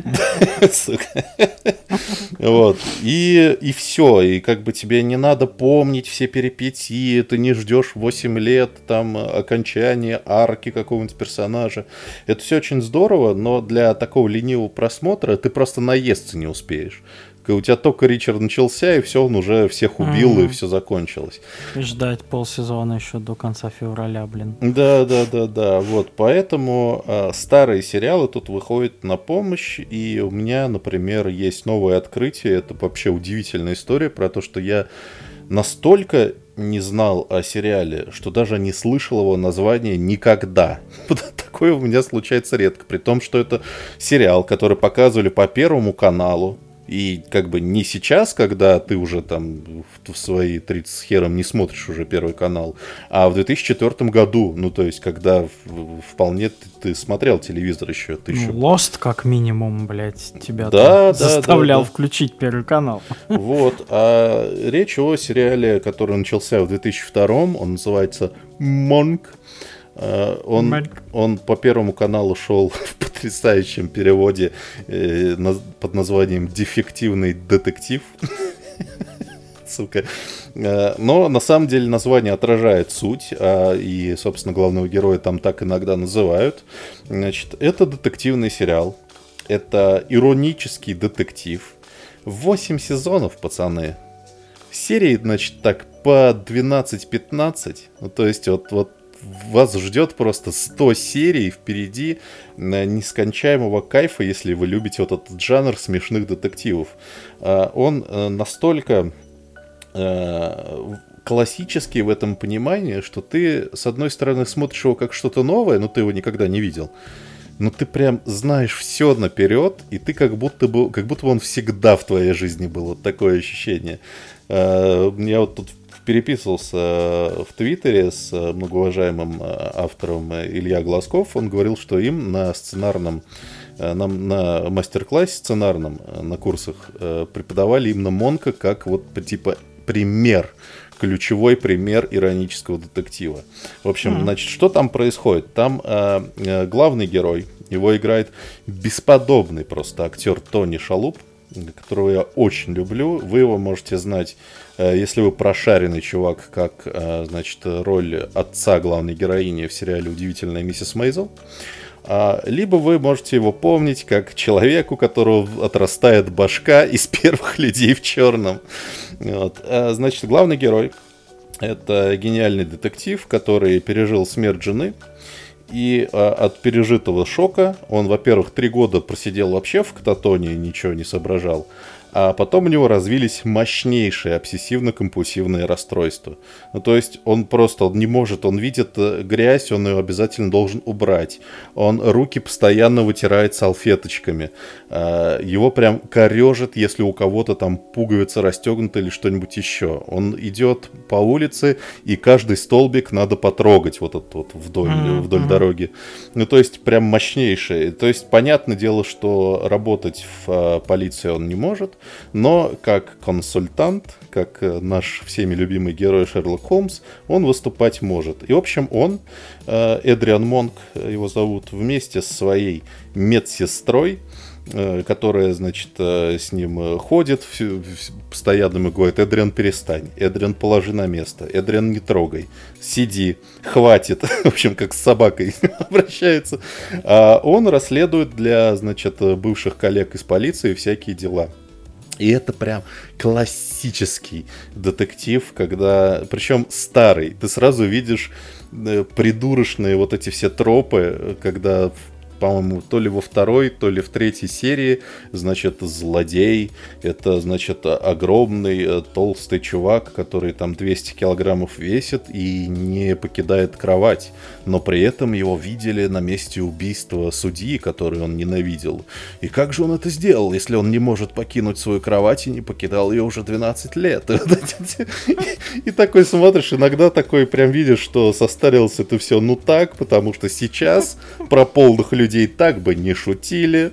Вот. И все. И как бы тебе не надо помнить все перипетии, ты не ждешь 8 лет там окончания арки какого-нибудь персонажа. Это все очень здорово, но для такого ленивого просмотра ты просто наесться не успеешь. У тебя только Ричард начался, и все, он уже всех убил, и все закончилось. И ждать полсезона еще до конца февраля, блин. Да. Вот, поэтому старые сериалы тут выходят на помощь, и у меня, например, есть новое открытие. Это вообще удивительная история про то, что я настолько не знал о сериале, что даже не слышал его названия никогда. Такое у меня случается редко, при том, что это сериал, который показывали по Первому каналу. И как бы не сейчас, когда ты уже там в свои 30 с хером не смотришь уже Первый канал, а в 2004 году, ну то есть когда вполне ты смотрел телевизор еще. Lost как минимум, блядь, тебя заставлял включить Первый канал. Вот, а речь о сериале, который начался в 2002, он называется Monk. Он по Первому каналу шел в потрясающем переводе под названием «Дефективный детектив». Сука. Но на самом деле название отражает суть, и, собственно, главного героя там так иногда называют. Значит, это детективный сериал, это иронический детектив, 8 сезонов, пацаны. Серии, значит, так, по 12-15. Ну, то есть, вот вас ждет просто 100 серий впереди нескончаемого кайфа, если вы любите вот этот жанр смешных детективов. Он настолько классический в этом понимании, что ты, с одной стороны, смотришь его как что-то новое, но ты его никогда не видел. Но ты прям знаешь все наперед, и ты как будто бы он всегда в твоей жизни был. Вот такое ощущение. Я вот тут переписывался в Твиттере с многоуважаемым автором Илья Глазков. Он говорил, что им на сценарном, на мастер-классе сценарном, на курсах преподавали именно Монка как вот типа пример, ключевой пример иронического детектива. В общем, значит, что там происходит? Там главный герой, его играет бесподобный просто актер Тони Шалуб, которого я очень люблю. Вы его можете знать, если вы прошаренный чувак, как, значит, роль отца главной героини в сериале «Удивительная миссис Мейзел». Либо вы можете его помнить как человек, у которого отрастает башка из первых людей в черном. Вот. Значит, главный герой — это гениальный детектив, который пережил смерть жены. И от пережитого шока он, во-первых, 3 года просидел вообще в кататонии, ничего не соображал. А потом у него развились мощнейшие обсессивно-компульсивные расстройства. Ну, то есть он не может, он видит грязь, он ее обязательно должен убрать. Он руки постоянно вытирает салфеточками. Его прям корежит, если у кого-то там пуговица расстегнута или что-нибудь еще. Он идет по улице, и каждый столбик надо потрогать вот этот вот вдоль дороги. Ну, то есть прям мощнейшие. То есть понятное дело, что работать в полиции он не может. Но как консультант, как наш всеми любимый герой Шерлок Холмс, он выступать может. И, в общем, он, Эдриан Монк его зовут, вместе со своей медсестрой, которая, значит, с ним ходит, постоянно ему говорит: Эдриан, перестань, Эдриан, положи на место, Эдриан, не трогай, сиди, хватит. В общем, как с собакой обращается. Он расследует для, значит, бывших коллег из полиции всякие дела. И это прям классический детектив, когда, причем старый, ты сразу видишь придурочные вот эти все тропы, когда, по-моему, то ли во 2-й, то ли в 3-й серии, значит, злодей, это, значит, огромный толстый чувак, который там 200 килограммов весит и не покидает кровать, но при этом его видели на месте убийства судьи, который он ненавидел. И как же он это сделал, если он не может покинуть свою кровать и не покидал ее уже 12 лет? И такой смотришь, иногда такой прям видишь, что состарилось это все ну так, потому что сейчас про полных людей так бы не шутили,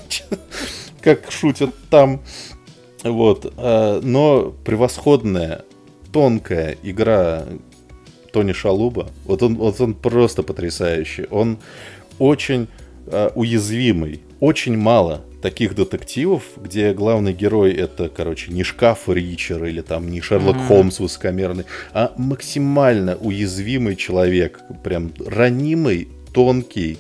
как шутят там. Вот. Но превосходная, тонкая игра Тони Шалуба, вот он просто потрясающий. Он очень уязвимый. Очень мало таких детективов, где главный герой это, короче, не шкаф Ричер или там не Шерлок Холмс высокомерный, а максимально уязвимый человек, прям ранимый, тонкий,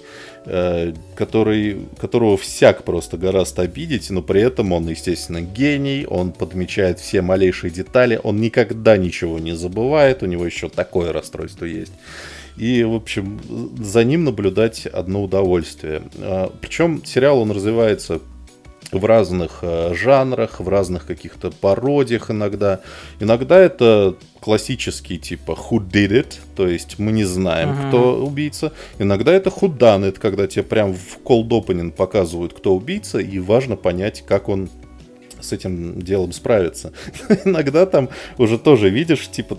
которого всяк просто гораздо обидеть, но при этом он, естественно, гений, он подмечает все малейшие детали, он никогда ничего не забывает, у него еще такое расстройство есть. И, в общем, за ним наблюдать одно удовольствие. Причем сериал, он развивается в разных жанрах, в разных каких-то пародиях иногда. Иногда это классический типа who did it, то есть мы не знаем, кто убийца. Иногда это who done it, когда тебе прям в cold opening показывают, кто убийца, и важно понять, как он с этим делом справится. Иногда там уже тоже видишь, типа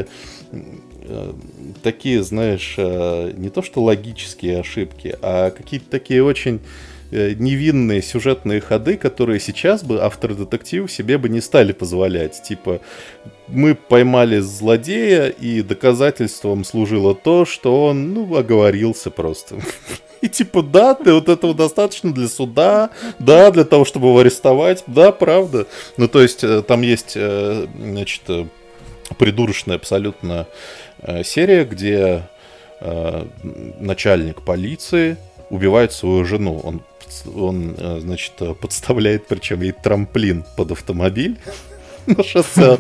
такие, знаешь, не то что логические ошибки, а какие-то такие очень невинные сюжетные ходы, которые сейчас бы авторы детективов себе бы не стали позволять. Типа, мы поймали злодея, и доказательством служило то, что он, оговорился просто. И типа, да, ты вот этого достаточно для суда, да, для того, чтобы его арестовать, да, правда. Ну, то есть, там есть, значит, придурочная абсолютно серия, где начальник полиции убивает свою жену. Он значит, подставляет, причем ей трамплин под автомобиль на шоссе.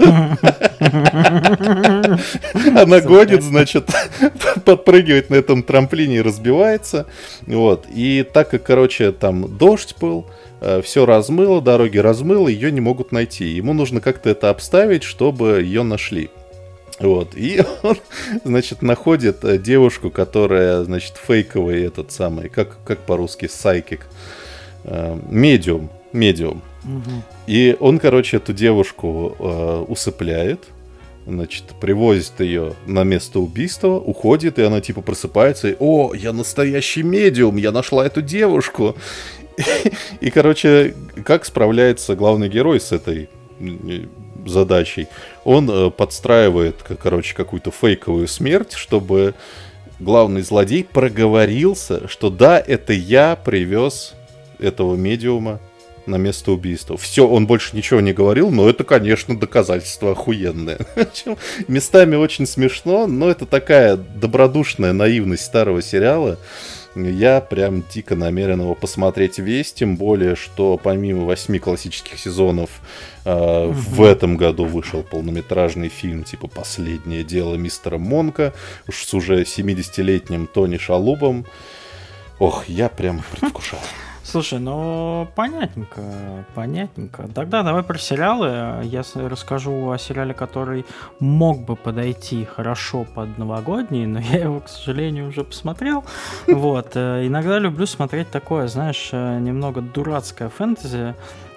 Она гонит, значит, подпрыгивает на этом трамплине и разбивается. Вот. И так как, короче, там дождь был, все размыло, дороги размыло, ее не могут найти. Ему нужно как-то это обставить, чтобы ее нашли. Вот. И он, значит, находит девушку, которая, значит, фейковый этот самый, как по-русски, сайкик, медиум. И он, короче, эту девушку усыпляет, значит, привозит ее на место убийства, уходит, и она типа просыпается, и «О, я настоящий медиум, я нашла эту девушку!» И, короче, как справляется главный герой с этой задачей? Он подстраивает, короче, какую-то фейковую смерть, чтобы главный злодей проговорился, что да, это я привез этого медиума на место убийства. Все, он больше ничего не говорил, но это, конечно, доказательство охуенное. Местами очень смешно, но это такая добродушная наивность старого сериала. Я прям дико намерен его посмотреть весь, тем более, что помимо 8 классических сезонов в этом году вышел полнометражный фильм типа «Последнее дело мистера Монка», уж с уже 70-летним Тони Шалубом. Ох, я прям предвкушаю. Слушай, ну понятненько. Тогда давай про сериалы. Я расскажу о сериале, который мог бы подойти хорошо под новогодний, но я его, к сожалению, уже посмотрел. Вот. Иногда люблю смотреть такое, знаешь, немного дурацкое фэнтези,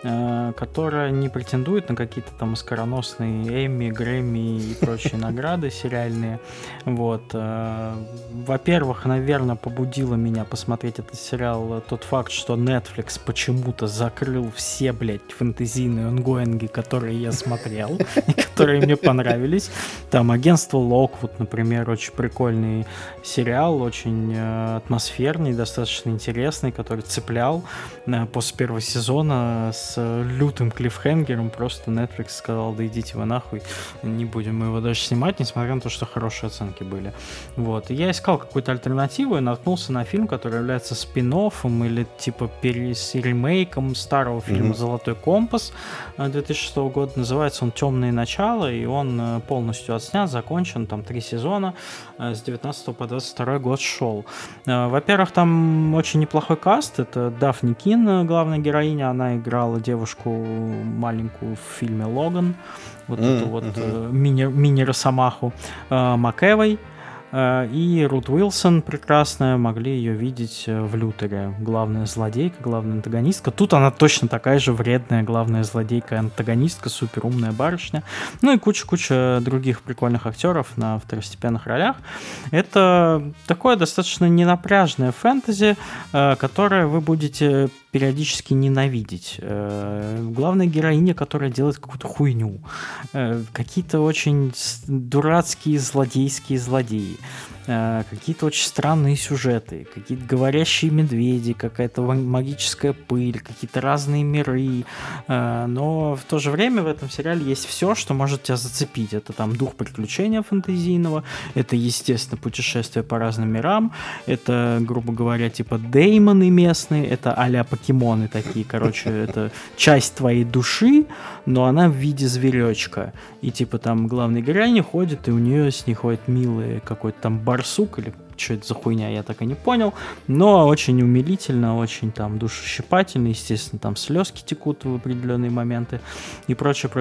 которая не претендует на какие-то там оскароносные Эмми, Грэмми и прочие награды сериальные. Вот. Во-первых, наверное, побудило меня посмотреть этот сериал тот факт, что Netflix почему-то закрыл все, блядь, фэнтезийные онгоинги, которые я смотрел, и которые мне понравились. Там «Агентство Локвуд», например, очень прикольный сериал, очень атмосферный, достаточно интересный, который цеплял после первого сезона с лютым клиффхенгером. Просто Netflix сказал: да идите вы нахуй, не будем мы его даже снимать, несмотря на то, что хорошие оценки были. Вот. И я искал какую-то альтернативу и наткнулся на фильм, который является спин-оффом или типа ремейком старого фильма «Золотой компас» 2006 года. Называется он «Темные начала», и он полностью отснят, закончен, там 3 сезона, с 19 по 22 год шел. Во-первых, там очень неплохой каст. Это Дафни Кин, главная героиня, она играла девушку маленькую в фильме «Логан», вот эту вот мини-росомаху. МакЭвой и Рут Уилсон прекрасная, могли ее видеть в «Лютере». Главная злодейка, главная антагонистка. Тут она точно такая же вредная главная злодейка-антагонистка, суперумная барышня. Ну и куча других прикольных актеров на второстепенных ролях. Это такое достаточно ненапряжное фэнтези, которое вы будете периодически ненавидеть. Главная героиня, которая делает какую-то хуйню. Какие-то очень дурацкие злодейские злодеи. Какие-то очень странные сюжеты, какие-то говорящие медведи, какая-то магическая пыль, какие-то разные миры. Но в то же время в этом сериале есть все, что может тебя зацепить. Это там дух приключения фэнтезийного, это, естественно, путешествие по разным мирам, это, грубо говоря, типа деймоны местные, это а-ля покемоны такие, короче, это часть твоей души, но она в виде зверечка. И типа там главная героиня ходит, и у нее с ней ходит милый какой-то там барсук или что это за хуйня, я так и не понял, но очень умилительно, очень там душещипательно, естественно, там слезки текут в определенные моменты и прочее.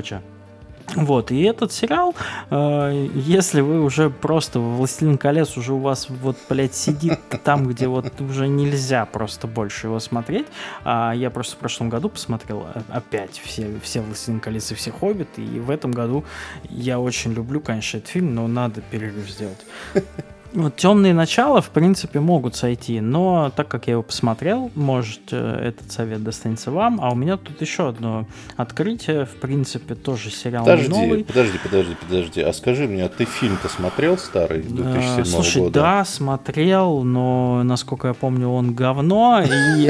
Вот, и этот сериал, если вы уже просто «Властелин колец» уже у вас вот, блядь, сидит там, где вот уже нельзя просто больше его смотреть, я просто в прошлом году посмотрел опять все «Властелин колец» и все «Хоббиты», и в этом году я очень люблю, конечно, этот фильм, но надо перерыв сделать. Вот «Темные начала», в принципе, могут сойти, но так как я его посмотрел, может, этот совет достанется вам. А у меня тут еще одно открытие, в принципе, тоже сериал новый. Подожди. А скажи мне, а ты фильм-то смотрел старый 2007 года? Слушай, да, смотрел, но, насколько я помню, он говно,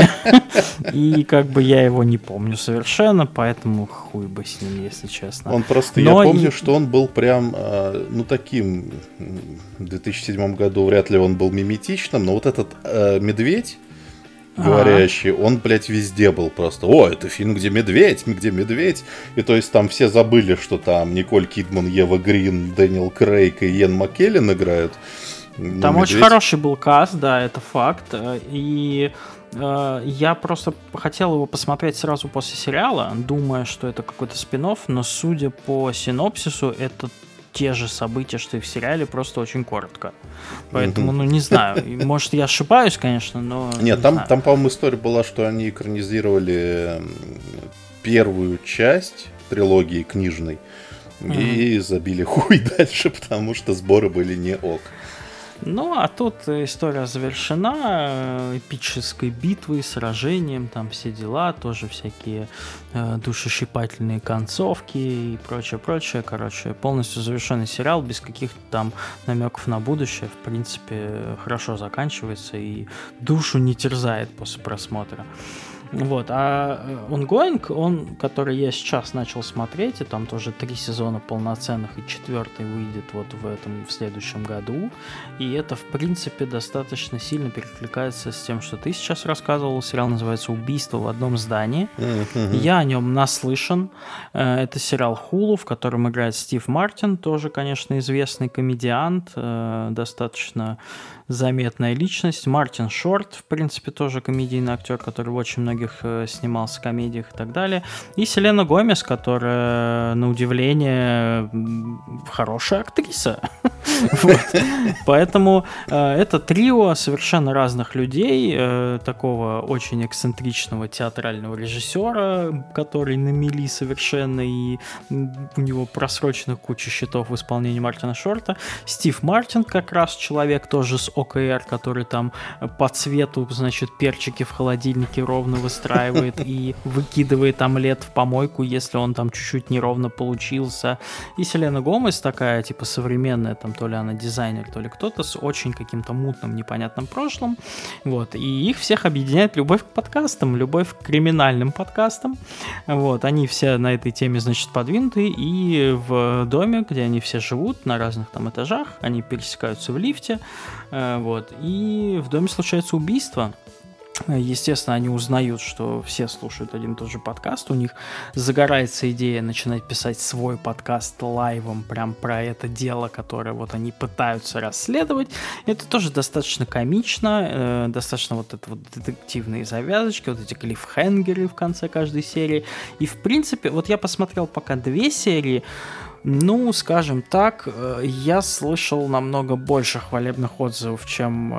и как бы я его не помню совершенно, поэтому хуй бы с ним, если честно. Он просто, я помню, что он был прям, таким в 2007 году вряд ли он был миметичным, но вот этот медведь, говорящий, он, блядь, везде был просто. О, это фильм, где медведь, где медведь. И то есть там все забыли, что там Николь Кидман, Ева Грин, Дэниел Крейг и Иэн Маккеллен играют. Там очень хороший был каст, да, это факт. И я просто хотел его посмотреть сразу после сериала, думая, что это какой-то спин-офф, но судя по синопсису, это те же события, что и в сериале, просто очень коротко. Поэтому, не знаю. Может, я ошибаюсь, конечно, но... Нет, там, по-моему, история была, что они экранизировали первую часть трилогии книжной и забили хуй дальше, потому что сборы были не ок. Ну, а тут история завершена эпической битвой, сражением, там все дела, тоже всякие душещипательные концовки и прочее. Короче, полностью завершенный сериал, без каких-то там намеков на будущее. В принципе, хорошо заканчивается и душу не терзает после просмотра. Вот, а Ongoing, который я сейчас начал смотреть, и там тоже 3 сезона полноценных, и 4-й выйдет вот в следующем году, и это, в принципе, достаточно сильно перекликается с тем, что ты сейчас рассказывал. Сериал называется «Убийство в одном здании». Я о нем наслышан. Это сериал Hulu, в котором играет Стив Мартин, тоже, конечно, известный комедиант, достаточно заметная личность. Мартин Шорт, в принципе, тоже комедийный актер, который в очень многих снимался в комедиях и так далее. И Селена Гомес, которая, на удивление, хорошая актриса. Поэтому это трио совершенно разных людей, такого очень эксцентричного театрального режиссера, который на мели совершенно, и у него просрочена куча счетов в исполнении Мартина Шорта. Стив Мартин, как раз человек тоже с ОКР, который там по цвету, значит, перчики в холодильнике ровно выстраивает и выкидывает омлет в помойку, если он там чуть-чуть неровно получился. И Селена Гомес такая, типа, современная, там, то ли она дизайнер, то ли кто-то с очень каким-то мутным, непонятным прошлым. Вот. И их всех объединяет любовь к подкастам, любовь к криминальным подкастам. Вот. Они все на этой теме, значит, подвинуты, и в доме, где они все живут, на разных там этажах, они пересекаются в лифте, вот, и в доме случается убийство. Естественно, они узнают, что все слушают один и тот же подкаст, у них загорается идея начинать писать свой подкаст лайвом прям про это дело, которое вот они пытаются расследовать. Это тоже достаточно комично, достаточно вот это вот детективные завязочки, вот эти клиффхенгеры в конце каждой серии. И в принципе, вот я посмотрел пока 2 серии, ну, скажем так, я слышал намного больше хвалебных отзывов, чем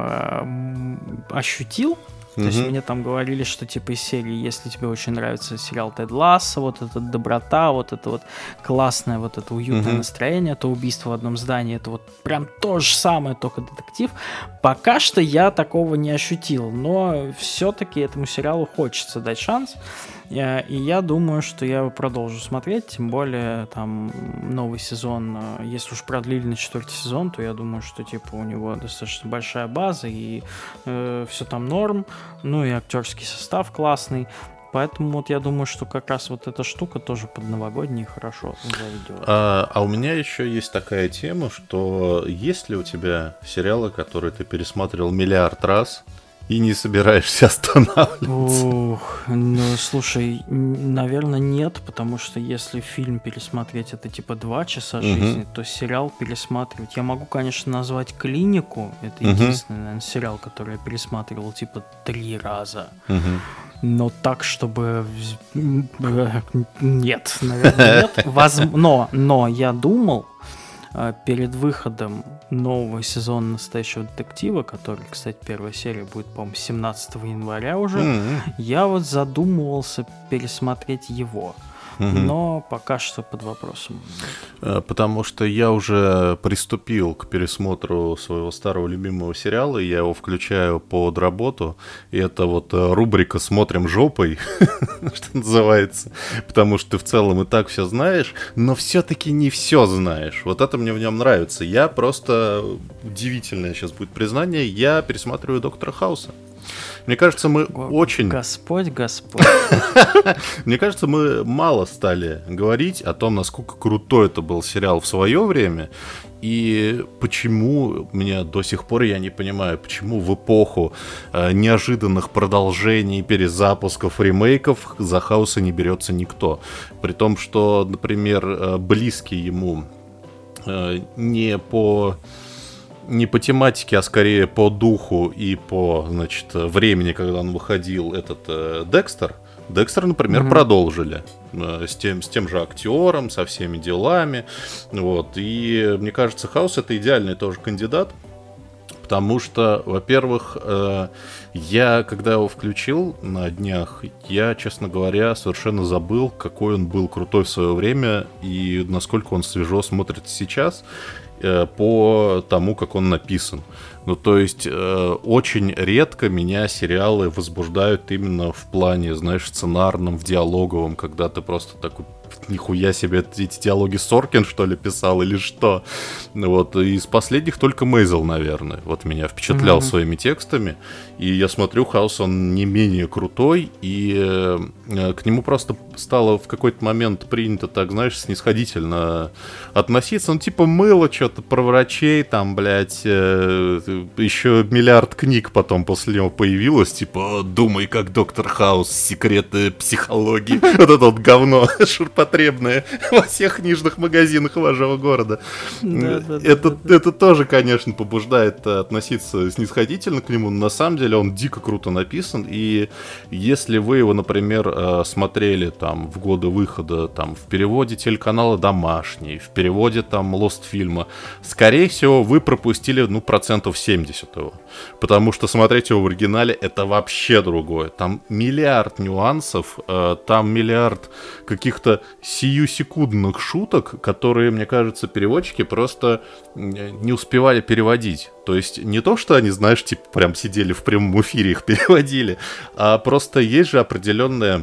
ощутил. То есть мне там говорили, что типа из серии, если тебе очень нравится сериал Тед Лассо, вот эта доброта, вот это вот классное, вот это уютное настроение, то «Убийство в одном здании», это вот прям то же самое, только детектив. Пока что я такого не ощутил, но все-таки этому сериалу хочется дать шанс. И я думаю, что я его продолжу смотреть, тем более там новый сезон, если уж продлили на 4-й сезон, то я думаю, что типа у него достаточно большая база и все там норм, ну и актерский состав классный. Поэтому вот я думаю, что как раз вот эта штука тоже под новогодние хорошо зайдет. А у меня еще есть такая тема, что есть ли у тебя сериалы, которые ты пересматривал миллиард раз, и не собираешься останавливаться? Ух, ну, слушай, наверное, нет, потому что если фильм пересмотреть это типа 2 часа жизни, то сериал пересматривать... Я могу, конечно, назвать «Клинику», это единственный, наверное, сериал, который я пересматривал типа 3 раза. Но так, чтобы... Нет, наверное, нет. Но я думал, перед выходом нового сезона «Настоящего детектива», который, кстати, первая серия будет, по-моему, 17 января уже, я вот задумывался пересмотреть его. Но пока что под вопросом. Потому что я уже приступил к пересмотру своего старого любимого сериала, я его включаю под работу, и это вот рубрика «Смотрим жопой», что называется, потому что ты в целом и так все знаешь, но все-таки не все знаешь. Вот это мне в нем нравится. Я просто, удивительное сейчас будет признание, я пересматриваю «Доктора Хауса». Мне кажется, мы очень... Господь. Мне кажется, мы мало стали говорить о том, насколько крутой это был сериал в свое время, и почему, меня до сих пор я не понимаю, почему в эпоху неожиданных продолжений, перезапусков, ремейков за Хауса не берется никто. При том, что, например, близкий ему не по тематике, а скорее по духу и по, значит, времени, когда он выходил, этот Декстер. Декстер, например, продолжили с тем же актером, со всеми делами. Вот. И мне кажется, Хаус — это идеальный тоже кандидат. Потому что, во-первых, я, когда его включил на днях, я, честно говоря, совершенно забыл, какой он был крутой в свое время и насколько он свежо смотрится сейчас по тому, как он написан. Ну, то есть, очень редко меня сериалы возбуждают именно в плане, знаешь, сценарном, в диалоговом, когда ты просто такой, нихуя себе, эти диалоги Соркин, что ли, писал или что? Вот, из последних только Мейзел, наверное, вот меня впечатлял своими текстами, и я смотрю, Хаус, он не менее крутой, и к нему просто стало в какой-то момент принято, так, знаешь, снисходительно относиться, ну, типа, мыло что-то про врачей, там, блядь, еще миллиард книг потом после него появилось, типа, думай, как доктор Хаус, секреты психологии, вот это вот говно ширпотребное во всех книжных магазинах вашего города. Это тоже, конечно, побуждает относиться снисходительно к нему, но на самом деле он дико круто написан, и если вы его, например, смотрели там в годы выхода там в переводе телеканала «Домашний», в переводе там Лостфильма, скорее всего, вы пропустили, ну, 70% его. Потому что смотреть его в оригинале — это вообще другое. Там миллиард нюансов, там миллиард каких-то сиюсекундных шуток, которые, мне кажется, переводчики просто не успевали переводить. То есть не то, что они, знаешь, типа прям сидели в прямом эфире, их переводили, а просто есть же определенная,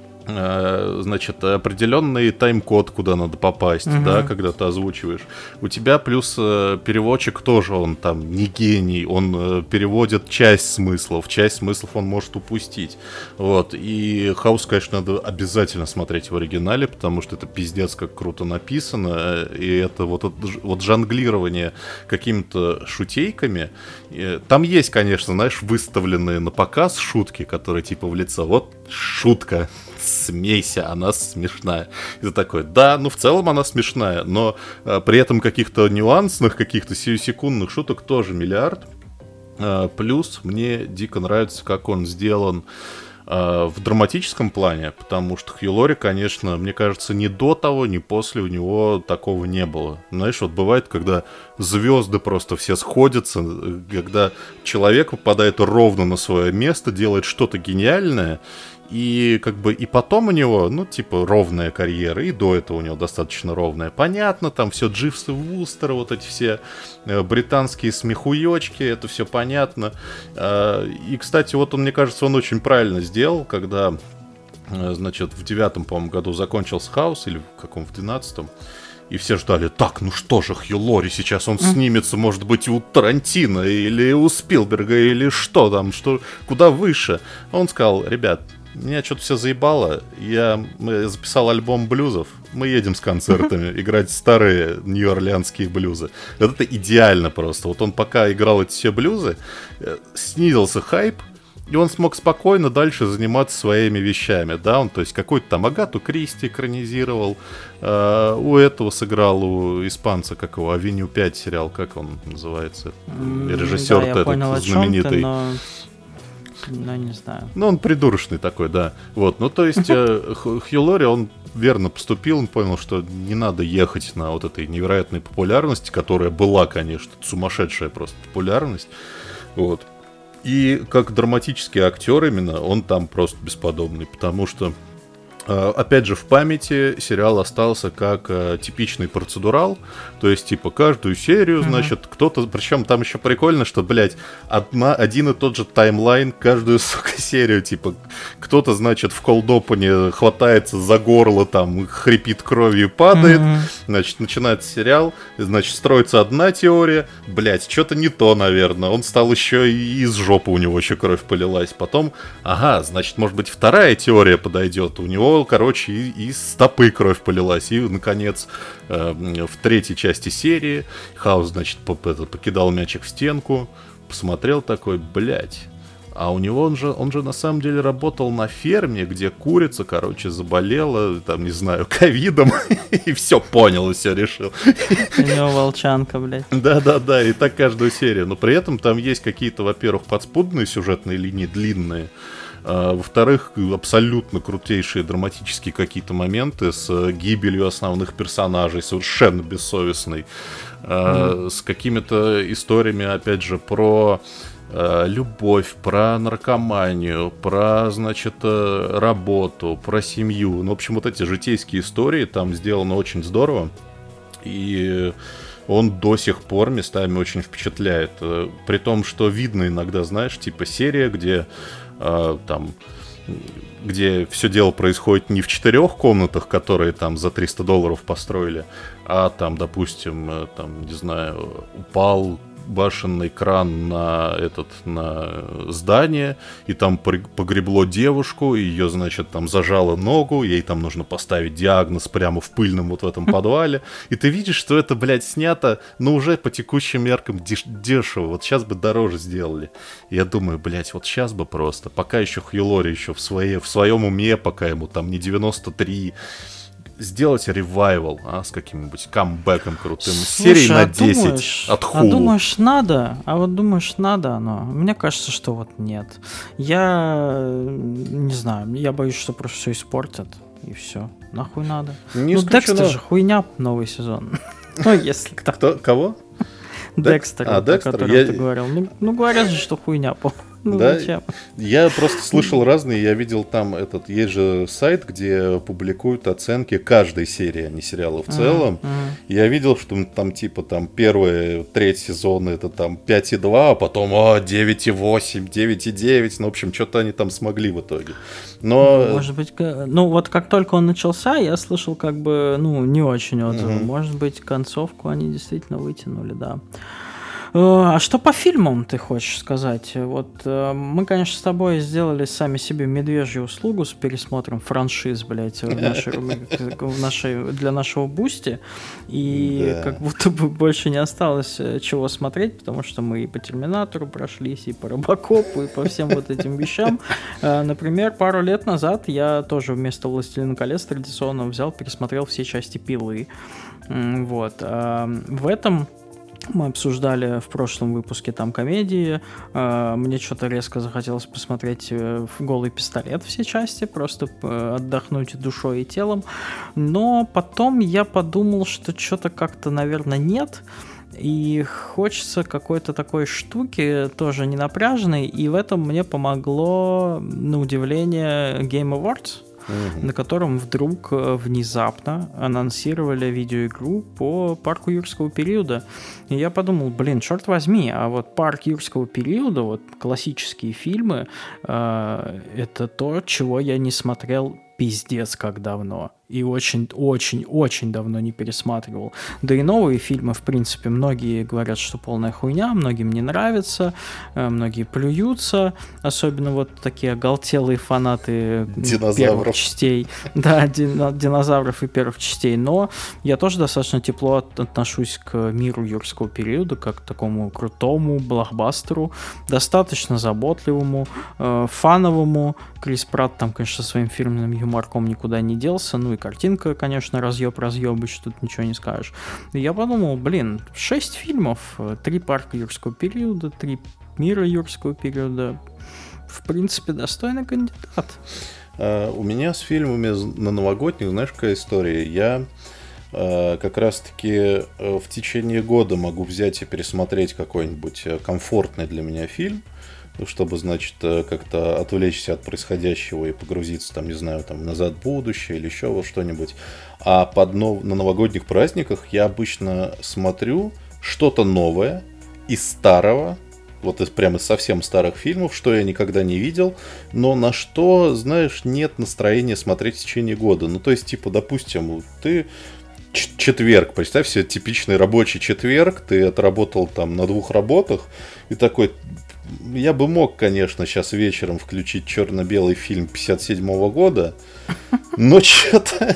значит, определенный тайм-код, куда надо попасть, да, когда ты озвучиваешь. У тебя плюс переводчик тоже, он там не гений, он переводит часть смыслов он может упустить. Вот, и Хаус, конечно, надо обязательно смотреть в оригинале, потому что это пиздец как круто написано, и это вот жонглирование какими-то шутейками. Там есть, конечно, знаешь, выставленные на показ шутки, которые типа в лицо, вот шутка, смейся, она смешная. И ты такой, да, ну в целом она смешная, но при этом каких-то нюансных, каких-то сиюсекундных шуток тоже миллиард. Плюс мне дико нравится, как он сделан в драматическом плане, потому что Хью Лори, конечно, мне кажется, ни до того, ни после у него такого не было. Знаешь, вот бывает, когда звезды просто все сходятся, когда человек попадает ровно на свое место, делает что-то гениальное, и как бы и потом у него, ну, типа, ровная карьера, и до этого у него достаточно ровная. Понятно, там все Дживсы Вустера, вот эти все британские смехуёчки, это все понятно. И, кстати, вот он, мне кажется, он очень правильно сделал, когда, значит, в 9-м, по-моему, году закончился Хаус, или в каком, в 12-м, и все ждали, так, ну что же, Хью Лори, сейчас он снимется, может быть, у Тарантино, или у Спилберга, или что там, что, куда выше. Он сказал, ребят, меня что-то все заебало, я записал альбом блюзов, мы едем с концертами играть старые нью-орлеанские блюзы. Это идеально просто. Вот он пока играл эти все блюзы, снизился хайп, и он смог спокойно дальше заниматься своими вещами, да, он, то есть, какой-то там Агату Кристи экранизировал, у этого сыграл, у испанца, как его, Авеню 5 сериал, как он называется, режиссер да, этот понял, знаменитый. Ну, не знаю. Ну, он придурочный такой, да. Вот, ну, то есть, Хью Лори, он верно поступил, он понял, что не надо ехать на вот этой невероятной популярности, которая была, конечно, сумасшедшая просто популярность. Вот. И как драматический актер именно, он там просто бесподобный, потому что, опять же, в памяти сериал остался как типичный процедурал, то есть, типа, каждую серию, значит, кто-то, причем там еще прикольно, что, блядь, один и тот же таймлайн каждую, сука, серию, типа, кто-то, значит, в колдопане хватается за горло, там, хрипит кровью, падает, Значит, начинается сериал, значит, строится одна теория, блять, что-то не то, наверное. Он стал еще и из жопы у него еще кровь полилась. Потом, ага, значит, может быть, вторая теория подойдет. У него, короче, и из стопы кровь полилась. И, наконец, в третьей части серии Хаус, значит, покидал мячик в стенку, посмотрел такой, блять. А у него он же на самом деле работал на ферме, где курица, короче, заболела, там, не знаю, ковидом, и все понял, и все решил. У него волчанка, блядь. Да, и так каждую серию. Но при этом там есть какие-то, во-первых, подспудные сюжетные линии длинные, во-вторых, абсолютно крутейшие драматические какие-то моменты с гибелью основных персонажей, совершенно бессовестной, с какими-то историями, опять же, про любовь, про наркоманию, про, значит, работу, про семью. Ну, в общем, вот эти житейские истории там сделаны очень здорово. И он до сих пор местами очень впечатляет. При том, что видно иногда, знаешь, типа серия, где там... где все дело происходит не в 4 комнатах, которые там за $300 построили, а там, допустим, там, не знаю, упал башенный кран на здание, и там погребло девушку, и ее, значит, там зажало ногу, ей там нужно поставить диагноз прямо в пыльном вот в этом подвале, и ты видишь, что это, блядь, снято, но уже по текущим меркам дешево, вот сейчас бы дороже сделали. И я думаю, блядь, вот сейчас бы просто, пока еще Хью Лори еще в своем уме, пока ему там не 93, сделать ревайвал, с каким-нибудь камбэком крутым. Слушай, серии на 10 от Hulu. Думаешь, надо? Думаешь, надо оно? Мне кажется, что вот нет. Я не знаю, я боюсь, что просто все испортят, и все. Нахуй надо. Не ну, Декстер же хуйня, новый сезон. Ну, если так. Кто? Кого? Декстер, о котором ты говорил. Ну, говорят же, что хуйня, ну, да? Зачем? Я просто слышал разные, я видел там есть же сайт, где публикуют оценки каждой серии, а не сериала в целом. Я видел, что там типа там первые 3 сезона это там 5,2, а потом 9,8, 9,9. Ну, в общем, что-то они там смогли в итоге. Но... Может быть, ну вот как только он начался, я слышал как бы, ну, не очень отзывы. Может быть, концовку они действительно вытянули, да. А что по фильмам ты хочешь сказать? Вот мы, конечно, с тобой сделали сами себе медвежью услугу с пересмотром франшиз, блядь, для нашего Бусти, и как будто бы больше не осталось чего смотреть, потому что мы и по Терминатору прошлись, и по Робокопу, и по всем вот этим вещам. Например, пару лет назад я тоже вместо «Властелина колец» традиционно взял, пересмотрел все части «Пилы». Вот. В этом мы обсуждали в прошлом выпуске там комедии. Мне что-то резко захотелось посмотреть «Голый пистолет» все части, просто отдохнуть душой и телом. Но потом я подумал, что что-то как-то, наверное, нет. И хочется какой-то такой штуки, тоже не напряженной. И в этом мне помогло, на удивление, Game Awards, на котором вдруг внезапно анонсировали видеоигру по парку юрского периода. И я подумал, блин, черт возьми, а вот парк юрского периода, вот классические фильмы, это то, чего я не смотрел пиздец как давно. И очень-очень-очень давно не пересматривал. Да и новые фильмы, в принципе, многие говорят, что полная хуйня, многим не нравится, многие плюются, особенно вот такие оголтелые фанаты первых частей. Да, динозавров и первых частей. Но я тоже достаточно тепло отношусь к миру юрского периода, как к такому крутому блокбастеру, достаточно заботливому, фановому. Крис Пратт там, конечно, со своим фирменным юморком никуда не делся, ну и картинка, конечно, разъебыч, тут ничего не скажешь. И я подумал, блин, 6 фильмов, 3 парка юрского периода, 3 мира юрского периода, в принципе, достойный кандидат. У меня с фильмами на новогодних, знаешь, какая история? Я как раз-таки в течение года могу взять и пересмотреть какой-нибудь комфортный для меня фильм, чтобы, значит, как-то отвлечься от происходящего и погрузиться, там, не знаю, там, «Назад в будущее» или еще во что-нибудь. А на новогодних праздниках я обычно смотрю что-то новое из старого, вот прямо из совсем старых фильмов, что я никогда не видел, но на что, знаешь, нет настроения смотреть в течение года. Ну, то есть, типа, допустим, ты четверг, представь себе типичный рабочий четверг, ты отработал там на 2 работах, и такой, я бы мог, конечно, сейчас вечером включить черно-белый фильм 57-го года, но что-то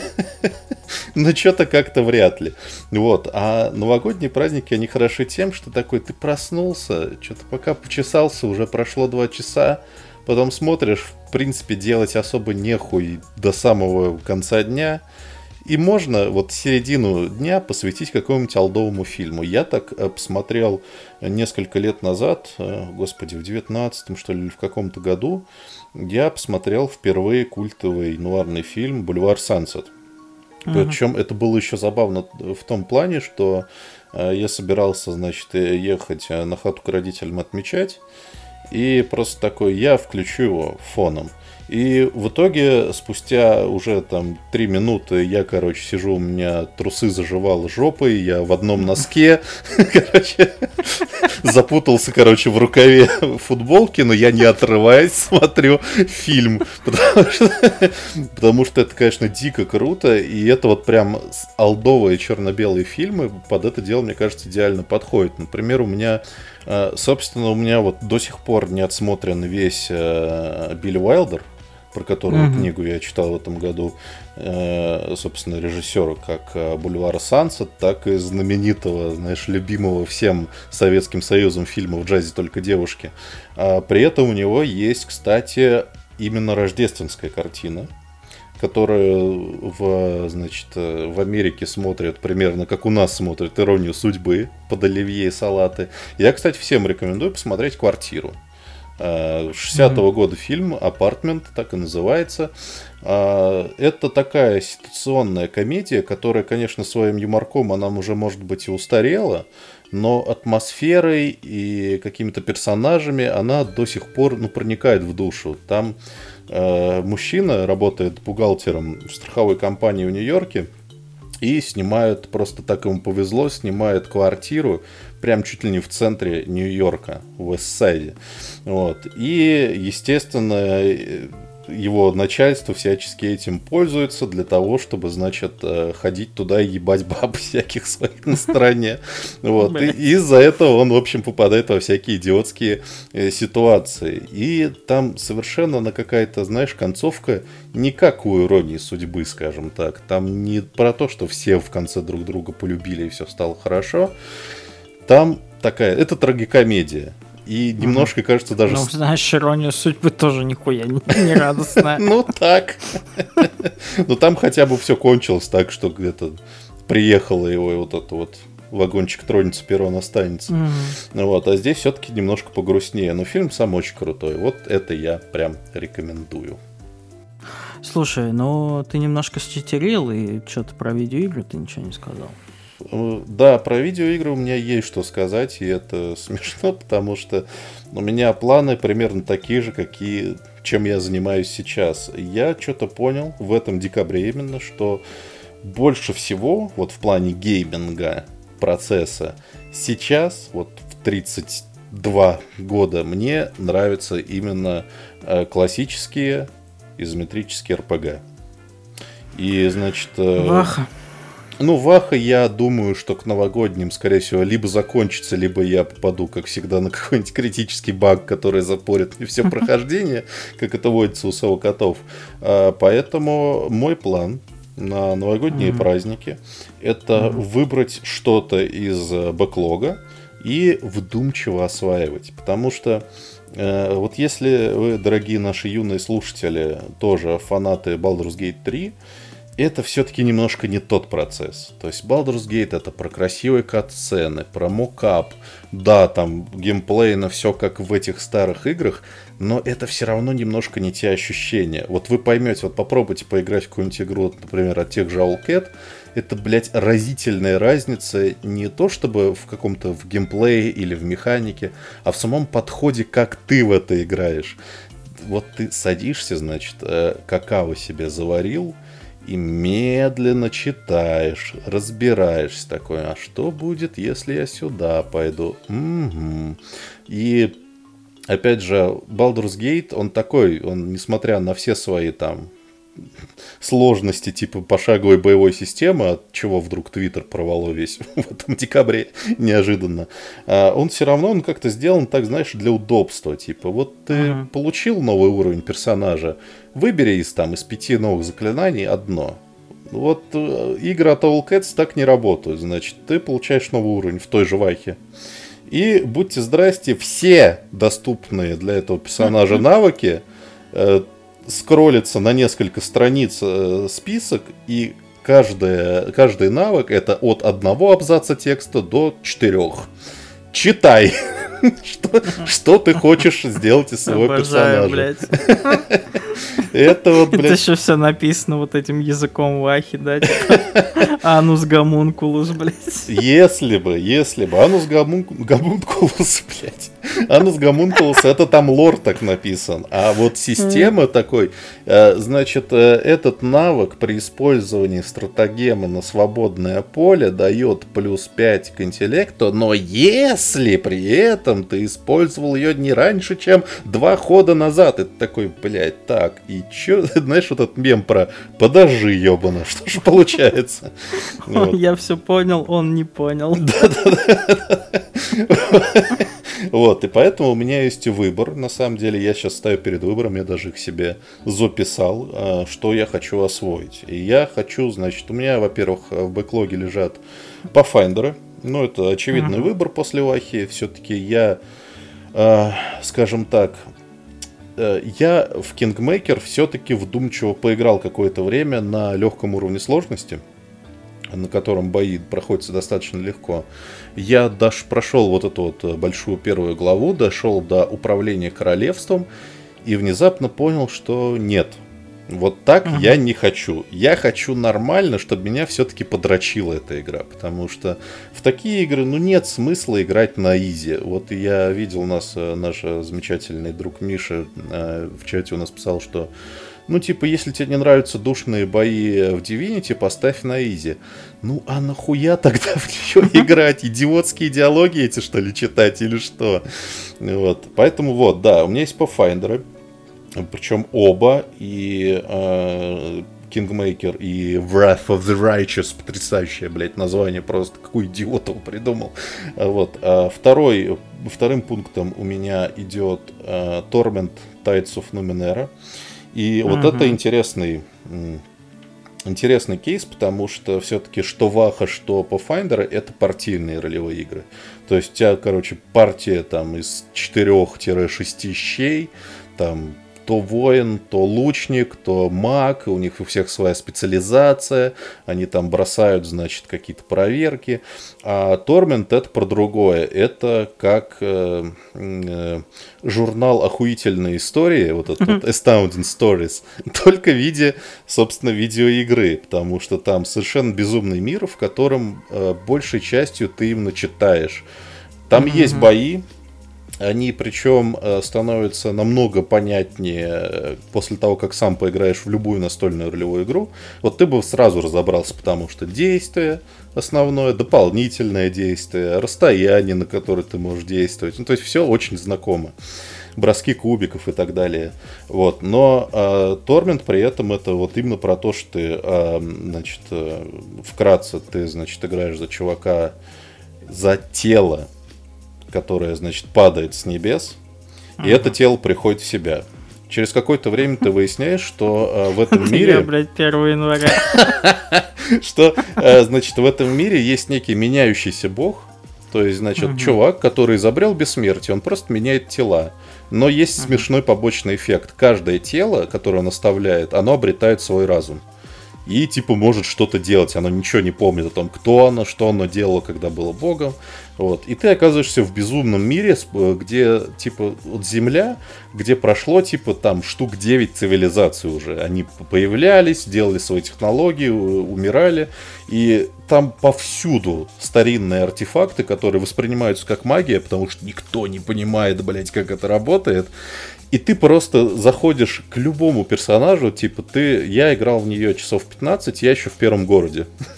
как-то вряд ли. Вот. А новогодние праздники, они хороши тем, что такой, ты проснулся, что-то пока почесался, уже прошло 2 часа, потом смотришь, в принципе, делать особо нехуй до самого конца дня. И можно вот середину дня посвятить какому-нибудь олдовому фильму. Я так посмотрел несколько лет назад, господи, в 19-м, что ли, или в каком-то году, я посмотрел впервые культовый нуарный фильм «Бульвар Сансет». Причем это было еще забавно в том плане, что я собирался, значит, ехать на хату к родителям отмечать, и просто такой, я включу его фоном. И в итоге, спустя уже там 3 минуты, я, короче, сижу, у меня трусы заживало жопой, я в одном носке, короче, запутался, короче, в рукаве футболки, но я не отрываясь смотрю фильм, потому что это, конечно, дико круто, и это вот прям олдовые черно-белые фильмы под это дело, мне кажется, идеально подходит. Например, у меня вот до сих пор не отсмотрен весь Билли Уайлдер, про которого книгу я читал в этом году, собственно, режиссера как «Бульвара Сансет», так и знаменитого, знаешь, любимого всем Советским Союзом фильма «В джазе только девушки». При этом у него есть, кстати, именно рождественская картина, которую в Америке смотрят примерно как у нас смотрят «Иронию судьбы» под оливье и салаты. Я, кстати, всем рекомендую посмотреть «Квартиру». 60-го года фильм «Апартмент», так и называется. Это такая ситуационная комедия, которая, конечно, своим юморком она уже, может быть, и устарела, но атмосферой и какими-то персонажами она до сих пор проникает в душу. Там мужчина работает бухгалтером в страховой компании в Нью-Йорке и снимает, просто так ему повезло, снимает квартиру прям чуть ли не в центре Нью-Йорка, в Уэстсайде. Вот. И, естественно, его начальство всячески этим пользуется для того, чтобы, значит, ходить туда и ебать баб всяких своих на стороне. Вот. И из-за этого он, в общем, попадает во всякие идиотские ситуации. И там совершенно на какая-то, знаешь, концовка не как у «Иронии судьбы», скажем так. Там не про то, что все в конце друг друга полюбили и все стало хорошо. Там такая, это трагикомедия. И немножко, кажется, даже... Ну, знаешь, «Ирония судьбы» тоже нихуя не радостная. Ну, так. Но там хотя бы все кончилось так, что где-то приехало его, и вот это вот вагончик тронется, перрон останется. Вот, а здесь все-таки немножко погрустнее. Но фильм сам очень крутой. Вот это я прям рекомендую. Слушай, ну ты немножко считерил, и что-то про видеоигры ты ничего не сказал. Да, про видеоигры у меня есть что сказать, и это смешно, потому что у меня планы примерно такие же, чем я занимаюсь сейчас. Я что-то понял в этом декабре именно, что больше всего вот в плане гейминга процесса сейчас, вот в 32 года, мне нравятся именно классические изометрические РПГ. И, значит... Ваха. Ну, Ваха, я думаю, что к новогодним, скорее всего, либо закончится, либо я попаду, как всегда, на какой-нибудь критический баг, который запорит мне все прохождение, как это водится у совокотов. Поэтому мой план на новогодние праздники — это выбрать что-то из бэклога и вдумчиво осваивать. Потому что вот если вы, дорогие наши юные слушатели, тоже фанаты Baldur's Gate 3, это все-таки немножко не тот процесс. То есть Baldur's Gate — это про красивые кат-сцены, про мокап. Да, там геймплейно все как в этих старых играх, но это все равно немножко не те ощущения. Вот вы поймете, вот попробуйте поиграть в какую-нибудь игру, например, от тех же Owlcat. Это, блядь, разительная разница не то чтобы в каком-то в геймплее или в механике, а в самом подходе, как ты в это играешь. Вот ты садишься, значит, какао себе заварил, и медленно читаешь, разбираешься такой, а что будет, если я сюда пойду? И, опять же, Baldur's Gate, он такой, он, несмотря на все свои там сложности типа пошаговой боевой системы, от чего вдруг Твиттер порвало весь в этом декабре неожиданно, он все равно он как-то сделан так, знаешь, для удобства. Типа, вот ты получил новый уровень персонажа, выбери из 5 новых заклинаний одно. Вот игры от Owl Cats так не работают. Значит, ты получаешь новый уровень в той же вахе. И будьте здрасте, все доступные для этого персонажа навыки скроллится на несколько страниц список, и каждый навык это от 1 абзаца текста до 4. Читай, что ты хочешь сделать из своего персонажа. Блядь. Это вот, блядь... Это еще все написано вот этим языком вахи, да? Анус гомункулус, блядь. Если бы Анус гомункулус, блядь. Анус гомункулус, это там лор так написан. А вот система такой, значит, этот навык при использовании стратагемы на свободное поле дает плюс 5 к интеллекту, но если при этом ты использовал ее не раньше, чем 2 хода назад, это такой, блядь, так, и чё, знаешь, вот этот мем про «подожди, ёбана», что ж получается? Я все понял, он не понял. Да. Вот, и поэтому у меня есть выбор. На самом деле, я сейчас стою перед выбором, я даже их себе записал, что я хочу освоить. И я хочу, значит, у меня, во-первых, в бэклоге лежат Pathfinder. Ну, это очевидный выбор после вахи. Все-таки я, скажем так, я в Kingmaker все-таки вдумчиво поиграл какое-то время на легком уровне сложности, на котором бои проходятся достаточно легко. Я даже прошел вот эту вот большую первую главу, дошел до управления королевством и внезапно понял, что нет. Вот так я не хочу. Я хочу нормально, чтобы меня все-таки подрочила эта игра. Потому что в такие игры, нет смысла играть на изи. Вот я видел у нас, наш замечательный друг Миша в чате у нас писал, что если тебе не нравятся душные бои в Divinity, поставь на изи. А нахуя тогда в нее играть? Идиотские диалоги эти, что ли, читать или что? Вот. Поэтому у меня есть Pathfinder. Причем оба, и Kingmaker, и Wrath of the Righteous, потрясающее, блядь, название, просто какой идиот его придумал. Вот. Вторым пунктом у меня идет Torment Tides of Numenera. И вот это интересный интересный кейс, потому что все-таки что Ваха, что Pathfinder — это партийные ролевые игры. То есть у тебя, партия из 4-6 щей, то воин, то лучник, то маг, у них у всех своя специализация, они бросают, какие-то проверки. А Torment — это про другое, это как журнал охуительной истории, вот этот вот Astounding Stories, только в виде, собственно, видеоигры, потому что там совершенно безумный мир, в котором большей частью ты именно читаешь. Там есть бои. Они, причем, становятся намного понятнее после того, как сам поиграешь в любую настольную ролевую игру. Вот ты бы сразу разобрался, потому что действие основное, дополнительное действие, расстояние, на которое ты можешь действовать. То есть все очень знакомо. Броски кубиков и так далее. Вот. Но Torment при этом это именно про то, что ты, вкратце, ты, играешь за чувака, за тело, которое, падает с небес, и это тело приходит в себя. Через какое-то время ты выясняешь, что в этом мире... Я, 1 января. Что, в этом мире есть некий меняющийся бог, то есть, чувак, который изобрел бессмертие, он просто меняет тела. Но есть смешной побочный эффект. Каждое тело, которое он оставляет, оно обретает свой разум. И, может что-то делать. Оно ничего не помнит о том, кто оно, что оно делало, когда было богом. Вот. И ты оказываешься в безумном мире, где, Земля, где прошло, штук 9 цивилизаций уже. Они появлялись, делали свои технологии, умирали. И там повсюду старинные артефакты, которые воспринимаются как магия, потому что никто не понимает, как это работает. И ты просто заходишь к любому персонажу, я играл в нее часов 15, я еще в первом городе.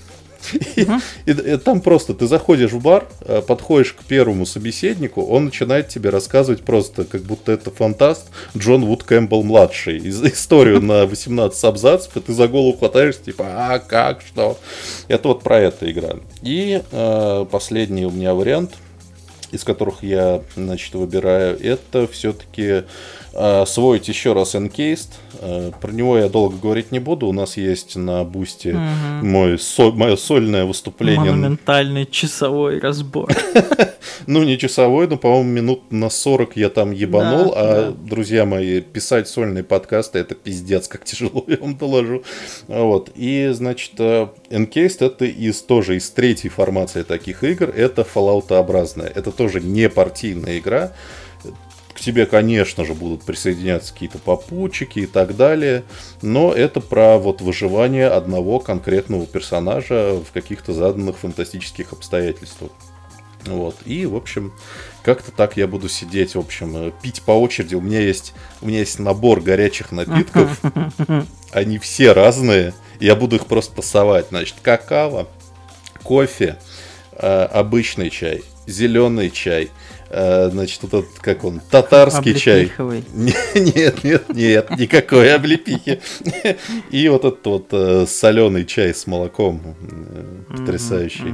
И там просто ты заходишь в бар, подходишь к первому собеседнику, он начинает тебе рассказывать просто, как будто это фантаст Джон Вуд Кэмпбелл-младший. Историю на 18 абзацев, и ты за голову хватаешься, типа, а как, что? Это вот про эту игра. И последний у меня вариант, из которых я, значит, выбираю, это все-таки освоить еще раз Encased. Про него я долго говорить не буду. У нас есть на Бусти мое сольное выступление. Монументальный часовой разбор. Ну, не часовой, но, по-моему, минут на 40 я там ебанул. Друзья мои, писать сольные подкасты — это пиздец, как тяжело, я вам доложу. Вот. И, значит, Encased — это тоже из третьей формации таких игр. Это Fallout-образная. Это тоже не партийная игра. К тебе, конечно же, будут присоединяться какие-то попутчики и так далее, но это про вот выживание одного конкретного персонажа в каких-то заданных фантастических обстоятельствах. Вот. И, в общем, как-то так я буду сидеть, в общем, пить по очереди. У меня есть набор горячих напитков, они все разные, я буду их просто тасовать. Значит, какао, кофе, обычный чай, зеленый чай, значит, вот этот, как он, татарский чай. Нет, никакой облепихи. И вот этот вот соленый чай с молоком, потрясающий.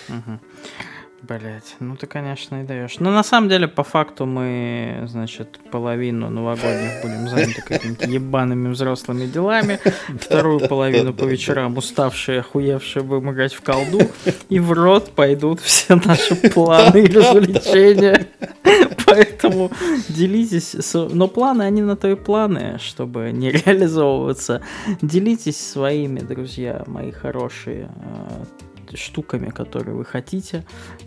Блять, ну ты, конечно, и даешь. Но на самом деле, по факту, мы, значит, половину новогодних будем заняты какими-то ебаными взрослыми делами, вторую половину по вечерам уставшие, охуевшие будем играть в колду, и в рот пойдут все наши планы и развлечения. Поэтому делитесь, но планы, они на то и планы, чтобы не реализовываться. Делитесь своими, друзья мои хорошие, штуками, которые вы хотите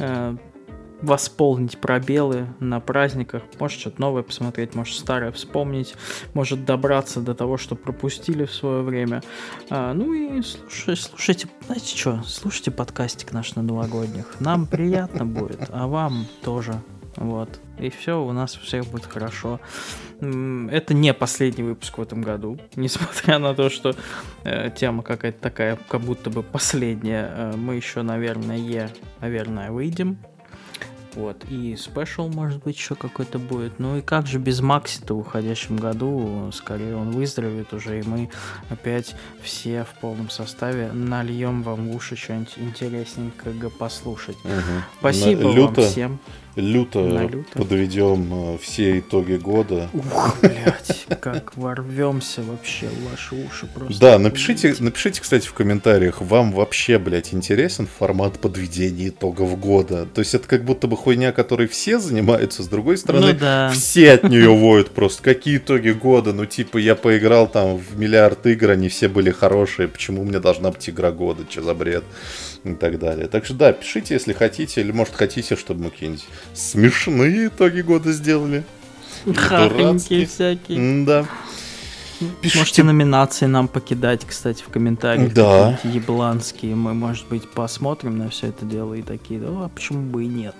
восполнить пробелы на праздниках. Может, что-то новое посмотреть, может, старое вспомнить, может, добраться до того, что пропустили в свое время. Ну и слушайте, знаете что, слушайте подкастик наш на новогодних. Нам приятно будет, а вам тоже. Вот. И все, у нас у всех будет хорошо. Это не последний выпуск в этом году. Несмотря на то, что тема какая-то такая, как будто бы последняя. Мы еще, наверное, выйдем. Вот. И спешл, может быть, еще какой-то будет. Ну и как же без Макси-то в уходящем году? Скорее он выздоровеет уже, и мы опять все в полном составе нальем вам в уши что-нибудь интересненького послушать. Спасибо вам всем. Люто подведем все итоги года. Ух, блядь, как ворвемся вообще в ваши уши просто. Да, напишите, кстати, в комментариях, вам вообще, блядь, интересен формат подведения итогов года? То есть это как будто бы хуйня, которой все занимаются, с другой стороны, все от нее воют просто. Какие итоги года? Ну, типа, я поиграл там в миллиард игр, они все были хорошие, почему у меня должна быть игра года? Что за бред? И так далее. Так что да, пишите, если хотите, или может хотите, чтобы мы какие-нибудь смешные итоги года сделали. Харенькие всякие. Да. Пишите. Можете номинации нам покидать, кстати, в комментариях. Да. Какие-то ебланские. Мы, может быть, посмотрим на все это дело и такие, а почему бы и нет.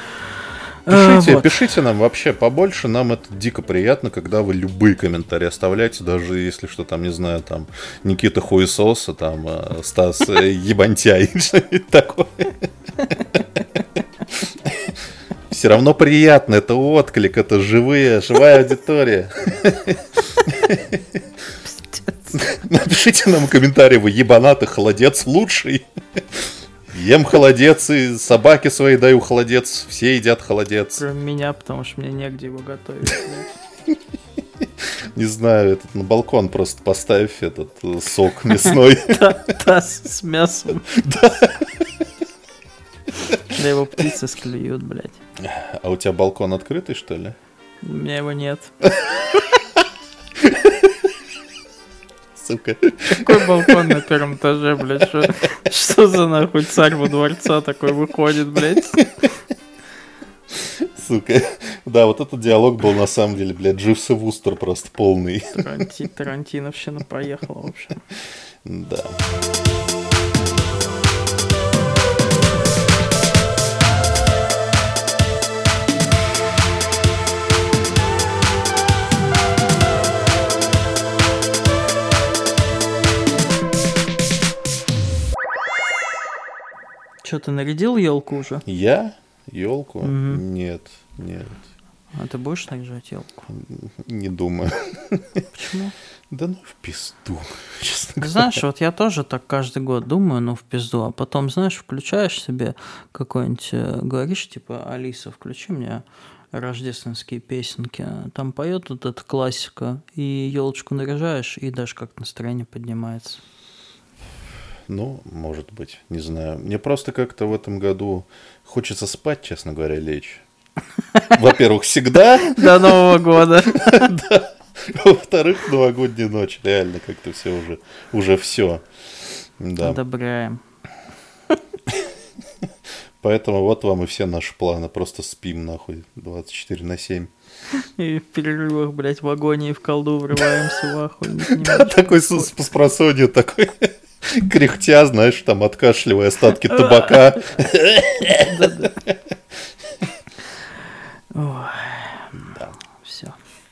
Пишите нам вообще побольше, нам это дико приятно, когда вы любые комментарии оставляете, даже если что там, не знаю, там Никита Хуесоса, там Стас Ебантяй, что-нибудь такое. Все равно приятно, это отклик, это живая аудитория. Напишите нам комментарий, вы ебанаты, холодец лучший. Ем холодец, и собаке своей даю холодец. Все едят холодец. Кроме меня, потому что мне негде его готовить. Не знаю, этот на балкон просто поставь этот сок мясной. Таз с мясом. Да. Да его птицы склюют, блядь. А у тебя балкон открытый, что ли? У меня его нет. Сука. Какой балкон на первом этаже, блядь? Что за нахуй царь во дворца такой выходит, блядь? Сука. Да, вот этот диалог был на самом деле, блядь, Дживс и Вустер просто полный. Тарантиновщина поехала, в общем. Да. что, ты нарядил елку уже? Я? Елку? Нет. А ты будешь наряжать елку? Не думаю. Почему? Да ну в пизду, честно говоря. Знаешь, вот я тоже так каждый год думаю, ну в пизду, а потом, знаешь, включаешь себе какой-нибудь, говоришь, типа, Алиса, включи мне рождественские песенки, там поет вот эта классика, и елочку наряжаешь, и даже как настроение поднимается. Ну, может быть, не знаю. Мне просто как-то в этом году хочется спать, честно говоря, лечь. Во-первых, всегда. До Нового года. Да. Во-вторых, новогодняя ночь. Реально как-то все уже все. Да. Одобряем. Поэтому вот вам и все наши планы. Просто спим, нахуй, 24/7. И в перерывах, блядь, в агонии в колду врываемся в ахуй. Да, такой с просонья, такой кряхтя, знаешь, там откашливая остатки табака.